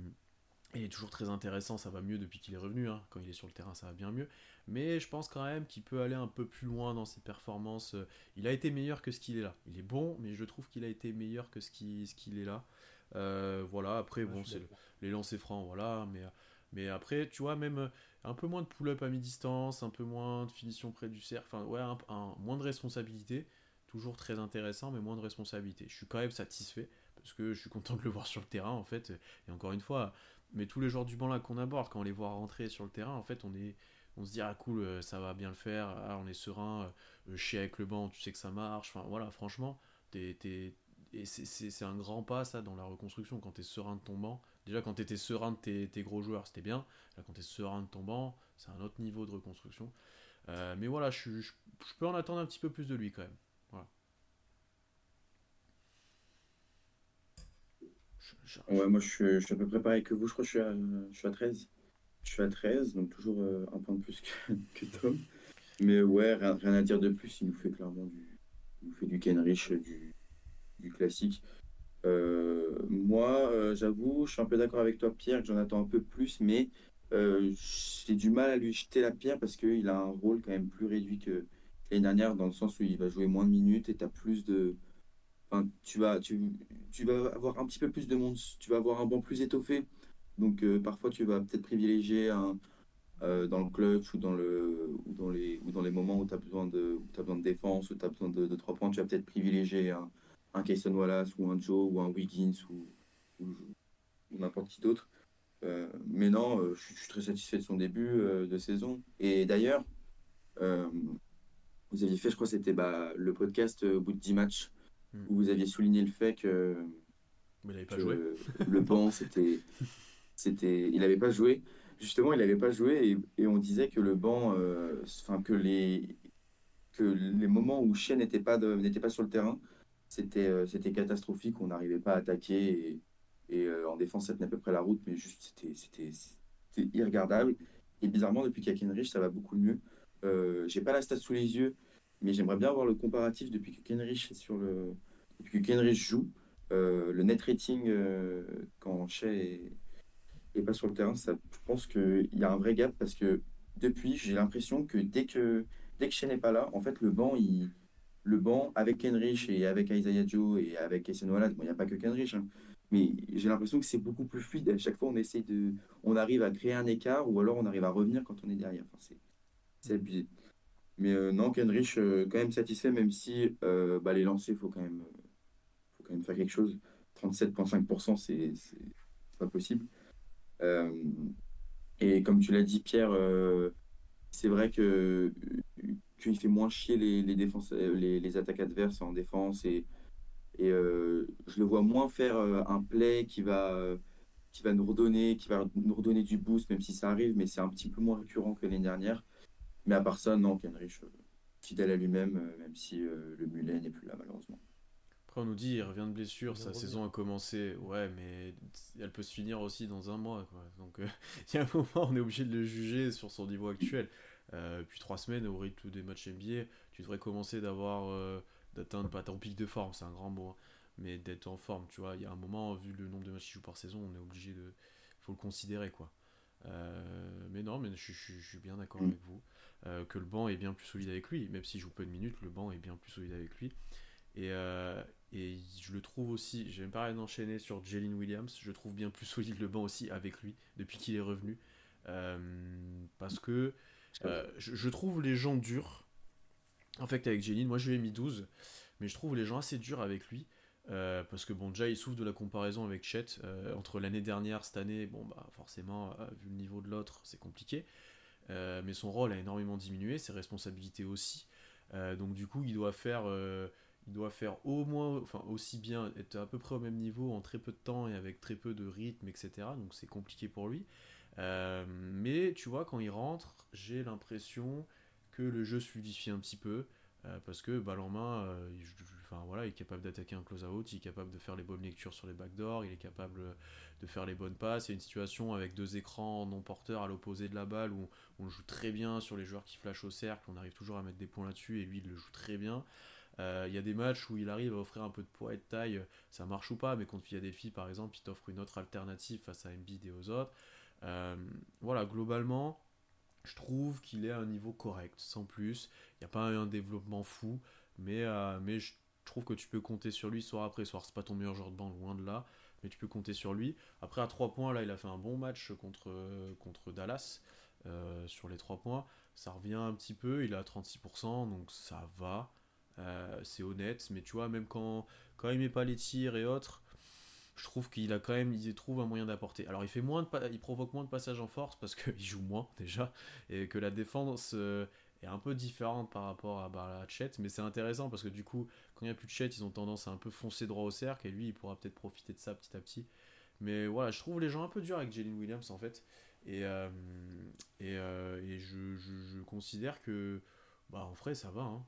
il est toujours très intéressant, ça va mieux depuis qu'il est revenu, hein. Quand il est sur le terrain ça va bien mieux, mais je pense quand même qu'il peut aller un peu plus loin dans ses performances. Il a été meilleur que ce qu'il est là, il est bon, mais je trouve qu'il a été meilleur que ce qu'il est là. Voilà, après Ouais, je bon, suis c'est d'accord. les lancers francs, voilà, mais après tu vois, même un peu moins de pull-up à mi-distance, un peu moins de finition près du cercle, enfin ouais, moins de responsabilité, toujours très intéressant, mais moins de responsabilité. Je suis quand même satisfait, parce que je suis content de le voir sur le terrain en fait, et encore une fois, mais tous les joueurs du banc là qu'on aborde, quand on les voit rentrer sur le terrain, en fait, on se dit ah cool, ça va bien le faire, ah, on est serein, chier avec le banc, tu sais que ça marche. Enfin voilà, franchement, et c'est un grand pas ça dans la reconstruction quand t'es serein de ton banc. Déjà quand t'étais serein de tes gros joueurs, c'était bien. Là quand t'es serein de ton banc, c'est un autre niveau de reconstruction. Mais voilà, je peux en attendre un petit peu plus de lui quand même. Voilà. Ouais, moi, je suis à peu près pareil que vous. Je crois que je suis à 13. Je suis à 13, donc toujours un point de plus que Tom. Mais ouais, rien à dire de plus. Il nous fait du Kenrich, du classique. Moi, j'avoue, je suis un peu d'accord avec toi, Pierre, que j'en attends un peu plus, mais j'ai du mal à lui jeter la pierre parce qu'il a un rôle quand même plus réduit que l'année dernière, dans le sens où il va jouer moins de minutes et tu as plus de. Enfin, tu vas avoir un petit peu plus de monde, tu vas avoir un banc plus étoffé. Donc parfois, tu vas peut-être privilégier dans le clutch ou dans les moments où tu as t'as besoin de défense, où tu as besoin de 3 points, tu vas peut-être privilégier un Kayson Wallace ou un Joe ou un Wiggins ou, ou n'importe qui d'autre. Mais non, je suis très satisfait de son début de saison. Et d'ailleurs, euh, vous aviez fait, je crois, c'était le podcast au bout de 10 matchs Hmm. où vous aviez souligné le fait Mais il n'avait pas joué. que le Non. banc, il n'avait pas joué. Justement, il n'avait pas joué et on disait que le banc, enfin que les moments où Shea n'était pas sur le terrain, c'était catastrophique. On n'arrivait pas à attaquer en défense, ça tenait à peu près la route, mais juste c'était irregardable. Et bizarrement, depuis qu'il y a Kenrich, ça va beaucoup mieux. J'ai pas la stat sous les yeux, mais j'aimerais bien voir le comparatif depuis que Kenrich joue. Le net rating quand Shea est pas sur le terrain, je pense qu'il y a un vrai gap parce que depuis, j'ai l'impression que dès que Shea n'est pas là, en fait, le banc avec Kenrich et avec Isaiah Joe et avec Kaysen Wallace, bon, il n'y a pas que Kenrich, hein, mais j'ai l'impression que c'est beaucoup plus fluide. À chaque fois, on arrive à créer un écart ou alors on arrive à revenir quand on est derrière. Enfin, c'est abusé. Mais non, Kenrich, quand même satisfait, même si les lancers, faut quand même faire quelque chose. 37,5%, c'est pas possible. Euh, et comme tu l'as dit, Pierre, c'est vrai qu'il fait moins chier les défenses, les attaques adverses en défense et je le vois moins faire un play qui va nous redonner du boost, même si ça arrive, mais c'est un petit peu moins récurrent que l'année dernière. Mais à part ça, non, Kenrich, fidèle à lui-même, même si le mulet n'est plus là, malheureusement. Après, on nous dit il revient de blessure, Il vient sa de revenir. saison a commencé. Ouais, mais elle peut se finir aussi dans un mois, quoi. Donc, il y a un moment, on est obligé de le juger sur son niveau actuel. Puis 3 semaines, au rythme des matchs NBA, tu devrais commencer d'atteindre pas ton pic de forme, c'est un grand mot, hein, mais d'être en forme, tu vois. Il y a un moment, vu le nombre de matchs qu'il joue par saison, on est obligé de. Faut le considérer, quoi. Mais non, mais je suis bien d'accord Mm. avec vous. Que le banc est bien plus solide avec lui. Même s'il joue peu de minutes, le banc est bien plus solide avec lui. Et, euh, et je le trouve aussi, j'ai même pas rien enchaîné sur Jalen Williams, je trouve bien plus solide le banc aussi avec lui depuis qu'il est revenu. Euh, Parce que C'est vrai. je trouve les gens durs. En fait, avec Jalen, moi je lui ai mis 12, mais je trouve les gens assez durs avec lui. Parce que bon, déjà il souffre de la comparaison avec Chet. Entre l'année dernière, cette année, bon bah forcément, vu le niveau de l'autre, c'est compliqué. Mais son rôle a énormément diminué, ses responsabilités aussi. Donc du coup, il doit faire au moins, enfin aussi bien, être à peu près au même niveau en très peu de temps et avec très peu de rythme, etc. Donc c'est compliqué pour lui. Mais tu vois, quand il rentre, j'ai l'impression que le jeu se fluidifie un petit peu. Parce que balle en main, enfin, voilà, il est capable d'attaquer un close-out, il est capable de faire les bonnes lectures sur les backdoors, il est capable de faire les bonnes passes. Il y a une situation avec deux écrans non porteurs à l'opposé de la balle où on joue très bien sur les joueurs qui flashent au cercle, on arrive toujours à mettre des points là-dessus et lui il le joue très bien. Il y a des matchs où il arrive à offrir un peu de poids et de taille, ça marche ou pas, mais contre Philadelphie par exemple, il t'offre une autre alternative face à Embiid et aux autres. Euh, voilà, globalement, je trouve qu'il est à un niveau correct, sans plus. Il n'y a pas un développement fou, mais je trouve que tu peux compter sur lui soir après soir. C'est pas ton meilleur joueur de banc, loin de là, mais tu peux compter sur lui. Après, à 3 points, là, il a fait un bon match contre Dallas sur les 3 points. Ça revient un petit peu, il est à 36%, donc ça va. C'est honnête, mais tu vois, même quand il met pas les tirs et autres, je trouve qu'il a quand même, il trouve un moyen d'apporter. Alors il provoque moins de passages en force parce qu'il joue moins déjà et que la défense est un peu différente par rapport à Chet, mais c'est intéressant parce que du coup, quand il n'y a plus de Chet, ils ont tendance à un peu foncer droit au cercle et lui, il pourra peut-être profiter de ça petit à petit. Mais voilà, je trouve les gens un peu durs avec Jalen Williams en fait et et je considère que bah en vrai ça va, hein.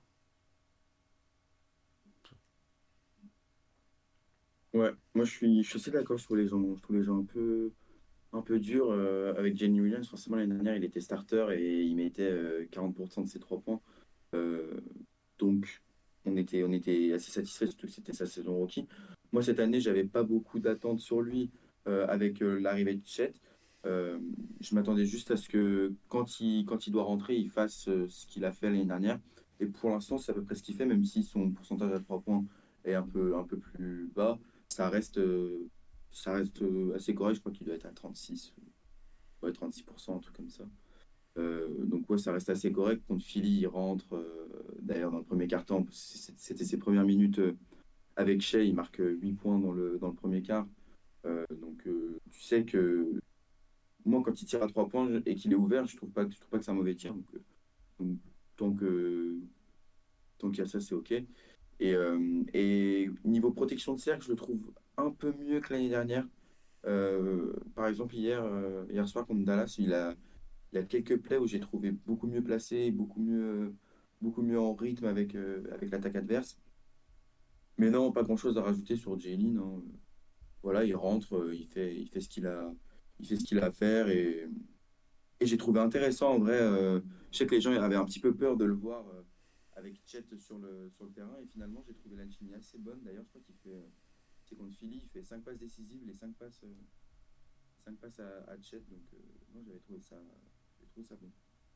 Ouais, moi je suis assez d'accord sur les gens. Je trouve les gens un peu. un peu dur avec Jalen Williams. Forcément, l'année dernière, il était starter et il mettait 40% de ses 3 points. Euh, donc, on était assez satisfait, surtout que c'était sa saison rookie. Moi, cette année, j'avais pas beaucoup d'attentes sur lui avec l'arrivée de Chet. Euh, je m'attendais juste à ce que quand il doit rentrer, il fasse ce qu'il a fait l'année dernière. Et pour l'instant, c'est à peu près ce qu'il fait, même si son pourcentage à 3 points est un peu plus bas. Ça reste, euh, ça reste assez correct. Je crois qu'il doit être à 36, ouais, 36%, un truc comme ça. Donc ouais, ça reste assez correct. Contre Philly, il rentre d'ailleurs dans le premier quart-temps. C'était ses premières minutes avec Shea. Il marque 8 points dans le premier quart. Donc tu sais que moi, quand il tire à 3 points et qu'il est ouvert, je trouve pas que c'est un mauvais tir. Donc, tant que, tant qu'il y a ça, c'est OK. Et niveau protection de cercle, je le trouve un peu mieux que l'année dernière. Par exemple, hier soir contre Dallas, il y a quelques plays où j'ai trouvé beaucoup mieux placé, beaucoup mieux en rythme avec l'attaque adverse. Mais non, pas grand-chose à rajouter sur Jalen, hein. Voilà, il rentre, il fait ce qu'il a à faire et j'ai trouvé intéressant en vrai. Je sais que les gens avaient un petit peu peur de le voir avec Chet sur le terrain et finalement j'ai trouvé la chimie assez bonne. D'ailleurs, je crois qu'il fait, c'est contre Philly, il fait 5 passes décisives, les 5 passes à Chet. Donc moi j'avais trouvé ça bon.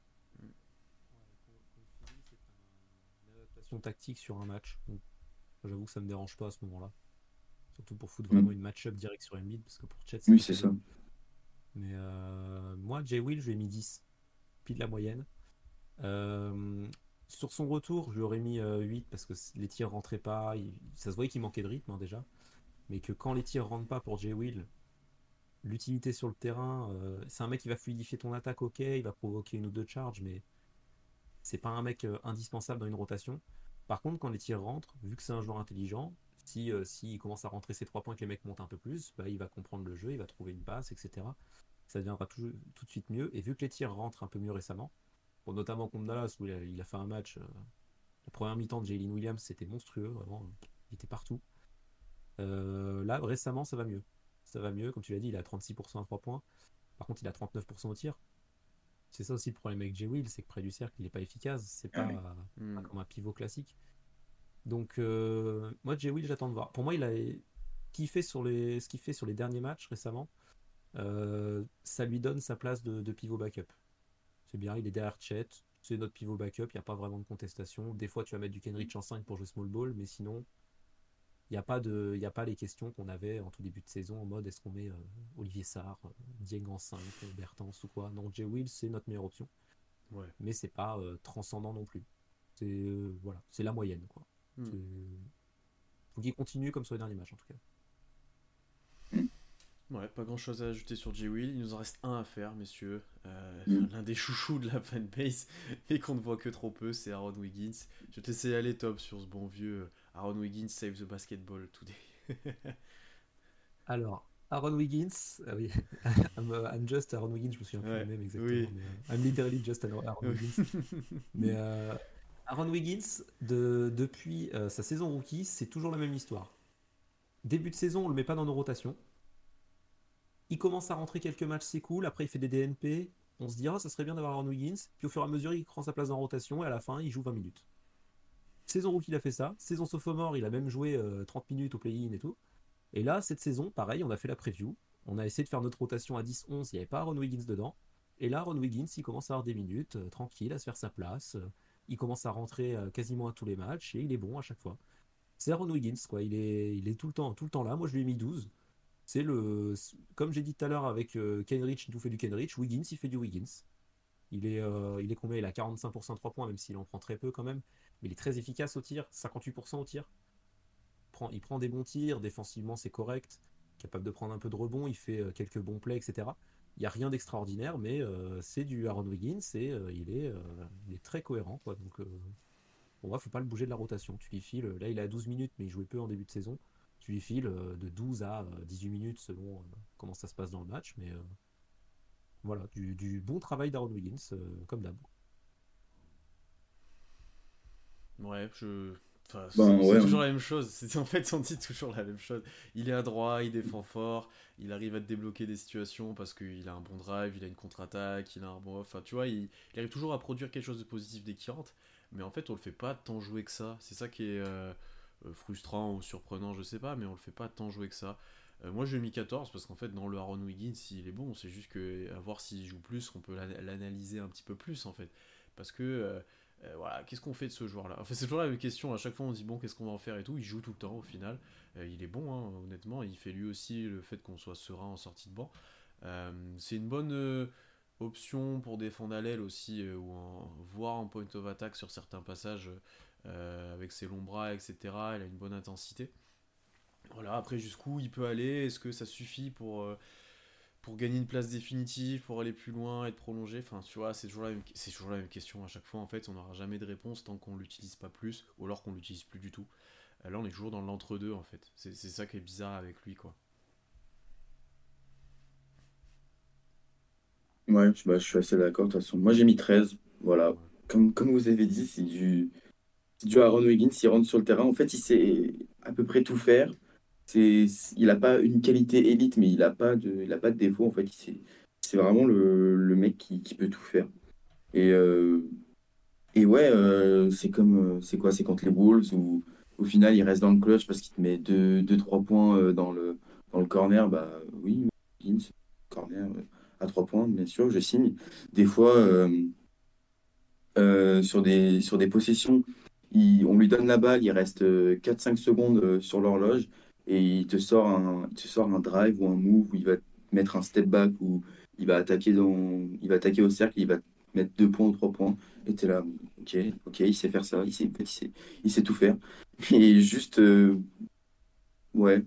Une adaptation tactique sur un match. Donc, j'avoue que ça me dérange pas à ce moment-là. Surtout pour foutre vraiment Mm. une match-up direct sur Embiid, parce que pour Chet, c'est Oui, pas c'est ça. terrible. Mais moi, Jay Will, je lui ai mis 10, pile la moyenne. Euh, Sur son retour, je lui aurais mis 8 parce que les tirs rentraient pas. Ça se voyait qu'il manquait de rythme, hein, déjà. Mais que quand les tirs rentrent pas pour Jay Will, l'utilité sur le terrain, c'est un mec qui va fluidifier ton attaque, ok, il va provoquer une ou deux charges, mais c'est pas un mec indispensable dans une rotation. Par contre, quand les tirs rentrent, vu que c'est un joueur intelligent, si il commence à rentrer ses 3 points et que les mecs montent un peu plus, bah, il va comprendre le jeu, il va trouver une passe, etc. Ça deviendra tout de suite mieux. Et vu que les tirs rentrent un peu mieux récemment, bon, notamment contre Dallas, où il a fait un match, la première mi-temps de Jalen Williams, c'était monstrueux, vraiment, il était partout. Là, récemment, ça va mieux. Ça va mieux, comme tu l'as dit, il a 36% à 3 points. Par contre, il a 39% au tir. C'est ça aussi le problème avec Jay Will, c'est que près du cercle, il n'est pas efficace. C'est Ah oui. pas comme un pivot classique. Donc, moi, Jay Will, j'attends de voir. Pour moi, ce qu'il fait sur les derniers matchs récemment, ça lui donne sa place de pivot backup. C'est bien, il est derrière Chet, c'est notre pivot backup, il n'y a pas vraiment de contestation. Des fois, tu vas mettre du Kenrich en 5 pour jouer small ball, mais sinon, il y a pas les questions qu'on avait en tout début de saison en mode est-ce qu'on met Olivier Sarr, Dieng en 5, Bertens ou quoi. Non, Jay Will, c'est notre meilleure option, Ouais. mais c'est pas transcendant non plus. C'est voilà, c'est la moyenne quoi. Hmm. C'est faut qu'il continue comme sur les derniers matchs en tout cas. Mm. Ouais, pas grand chose à ajouter sur J-Will. Il nous en reste un à faire, messieurs. Mm. L'un des chouchous de la fanbase, mais qu'on ne voit que trop peu, c'est Aaron Wiggins. Je vais te laisser aller, top, sur ce bon vieux Aaron Wiggins save the basketball today. Alors, Aaron Wiggins, ah oui, I'm just Aaron Wiggins, je me souviens plus du Ouais, même exactement, oui. mais I'm literally just Aaron Wiggins. Mais Aaron Wiggins, depuis sa saison rookie, c'est toujours la même histoire. Début de saison, on le met pas dans nos rotations. Il commence à rentrer quelques matchs, c'est cool. Après, il fait des DNP. On se dit, ah, ça serait bien d'avoir Aaron Wiggins. Puis au fur et à mesure, il prend sa place en rotation et à la fin, il joue 20 minutes. Saison rookie, il a fait ça. Saison sophomore, il a même joué 30 minutes au play-in et tout. Et là, cette saison, pareil, on a fait la preview. On a essayé de faire notre rotation à 10-11. Il n'y avait pas Aaron Wiggins dedans. Et là, Aaron Wiggins, il commence à avoir des minutes, tranquille, à se faire sa place. Il commence à rentrer quasiment à tous les matchs et il est bon à chaque fois. C'est Aaron Wiggins, quoi. Il est tout le temps là. Moi, je lui ai mis 12. Comme j'ai dit tout à l'heure avec Kenrich, il nous fait du Kenrich. Wiggins, il fait du Wiggins. Il est combien? Il a 45% de 3 points, même s'il en prend très peu quand même. Mais il est très efficace au tir, 58% au tir. Il prend des bons tirs, défensivement c'est correct. Capable de prendre un peu de rebond, il fait quelques bons plays, etc. Il n'y a rien d'extraordinaire, mais c'est du Aaron Wiggins et il est très cohérent, quoi. Donc, bon, faut pas le bouger de la rotation. Tu lui files, là il est à 12 minutes, mais il jouait peu en début de saison. Tu lui files de 12 à 18 minutes selon comment ça se passe dans le match. Mais voilà, du bon travail d'Aaron Wiggins, comme d'hab. Ouais, Enfin, Ben c'est ouais, toujours la même chose. En fait, on dit toujours la même chose. Il est adroit, il défend fort, il arrive à te débloquer des situations parce qu'il a un bon drive, il a une contre-attaque, il a un bon. Enfin, tu vois, il arrive toujours à produire quelque chose de positif dès qu'il rentre. Mais en fait, on le fait pas tant jouer que ça. C'est ça qui est frustrant ou surprenant, je sais pas, mais on le fait pas tant jouer que ça. Moi, je lui ai mis 14 parce qu'en fait, dans le Aaron Wiggins, il est bon. C'est juste que, à voir s'il joue plus, qu'on peut l'analyser un petit peu plus, en fait. Parce que voilà, qu'est-ce qu'on fait de ce joueur-là? Enfin, c'est toujours la même question. À chaque fois, on se dit bon, qu'est-ce qu'on va en faire et tout. Il joue tout le temps au final. Il est bon, hein, honnêtement. Il fait lui aussi le fait qu'on soit serein en sortie de banc. C'est une bonne option pour défendre à l'aile aussi, voire en point of attack sur certains passages avec ses longs bras, etc. Il a une bonne intensité. Voilà, après jusqu'où il peut aller, est-ce que ça suffit pour gagner une place définitive, pour aller plus loin, être prolongé? Enfin, tu vois, c'est toujours la même question à chaque fois. En fait, on n'aura jamais de réponse tant qu'on l'utilise pas plus, ou alors qu'on l'utilise plus du tout. Là, on est toujours dans l'entre-deux, en fait. C'est ça qui est bizarre avec lui, quoi. ouais, je suis assez d'accord. De toute façon, moi j'ai mis 13. Voilà. Ouais. Comme vous avez dit, c'est du Aaron Wiggins. Il rentre sur le terrain. En fait, il sait à peu près tout faire. Il n'a pas une qualité élite, mais il a pas de défaut. En fait, c'est vraiment le mec qui peut tout faire. Et, euh, et ouais, c'est quoi? C'est contre les Wolves où au final il reste dans le clutch parce qu'il te met 3 points dans le corner. Bah oui, Wiggins, corner à 3 points, bien sûr, je signe. Des fois, sur des possessions, on lui donne la balle, il reste 4-5 secondes sur l'horloge et il te sort un drive ou un move où il va te mettre un step back ou il va attaquer au cercle, il va te mettre 2 points ou 3 points et t'es là, ok, ok, il sait faire ça, en fait, il sait tout faire. Et juste, ouais,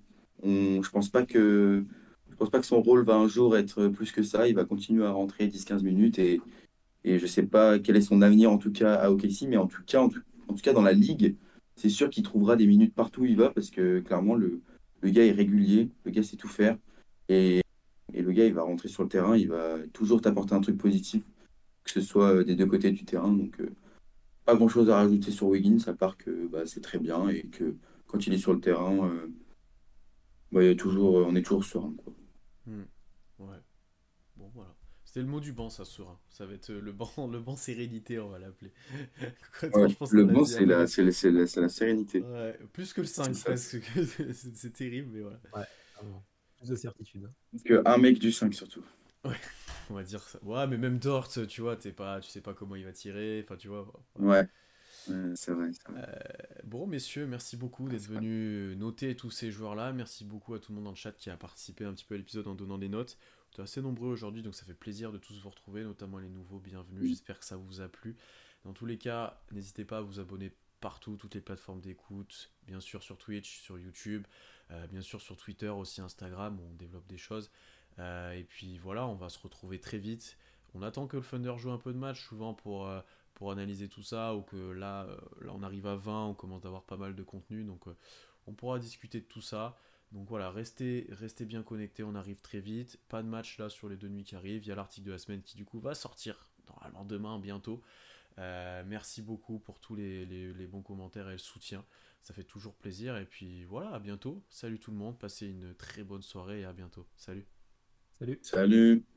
je pense pas que son rôle va un jour être plus que ça, il va continuer à rentrer 10-15 minutes et je sais pas quel est son avenir en tout cas à OKC, mais en tout cas dans la ligue, c'est sûr qu'il trouvera des minutes partout où il va parce que clairement le gars est régulier, le gars sait tout faire et, et le gars il va rentrer sur le terrain, il va toujours t'apporter un truc positif, que ce soit des deux côtés du terrain. Donc pas grand-chose à rajouter sur Wiggins à part que bah, c'est très bien et que quand il est sur le terrain, bah, on est toujours serein, quoi. Hmm. Ouais. Bon, voilà. C'était le mot du banc, ça sera. Ça va être le banc, le banc sérénité, on va l'appeler. Ouais, Concrètement, je pense le qu'on a bon, dit un peu. c'est la sérénité. Ouais, plus que le C'est 5 ça. presque. C'est terrible, mais voilà. Ouais, vraiment. Plus de certitude. Que un mec du 5 surtout. Ouais, on va dire ça. Ouais, mais même Dort, tu vois, tu sais pas comment il va tirer. Enfin, tu vois. Voilà. Ouais, c'est vrai, c'est vrai. Bon, messieurs, merci beaucoup Ouais, d'être c'est vrai. venus noter tous ces joueurs-là. Merci beaucoup à tout le monde dans le chat qui a participé un petit peu à l'épisode en donnant des notes. Vous êtes assez nombreux aujourd'hui, donc ça fait plaisir de tous vous retrouver, notamment les nouveaux. Bienvenue, j'espère que ça vous a plu. Dans tous les cas, n'hésitez pas à vous abonner partout, toutes les plateformes d'écoute, bien sûr sur Twitch, sur YouTube, bien sûr sur Twitter, aussi Instagram, où on développe des choses. Et puis voilà, on va se retrouver très vite. On attend que le Thunder joue un peu de match, souvent pour analyser tout ça, ou que là on arrive à 20, on commence d'avoir pas mal de contenu, donc on pourra discuter de tout ça. Donc voilà, restez bien connectés, on arrive très vite. Pas de match là sur les 2 nuits qui arrivent. Il y a l'article de la semaine qui du coup va sortir normalement demain, bientôt. Merci beaucoup pour tous les bons commentaires et le soutien. Ça fait toujours plaisir. Et puis voilà, à bientôt. Salut tout le monde, passez une très bonne soirée et à bientôt. Salut. Salut. Salut!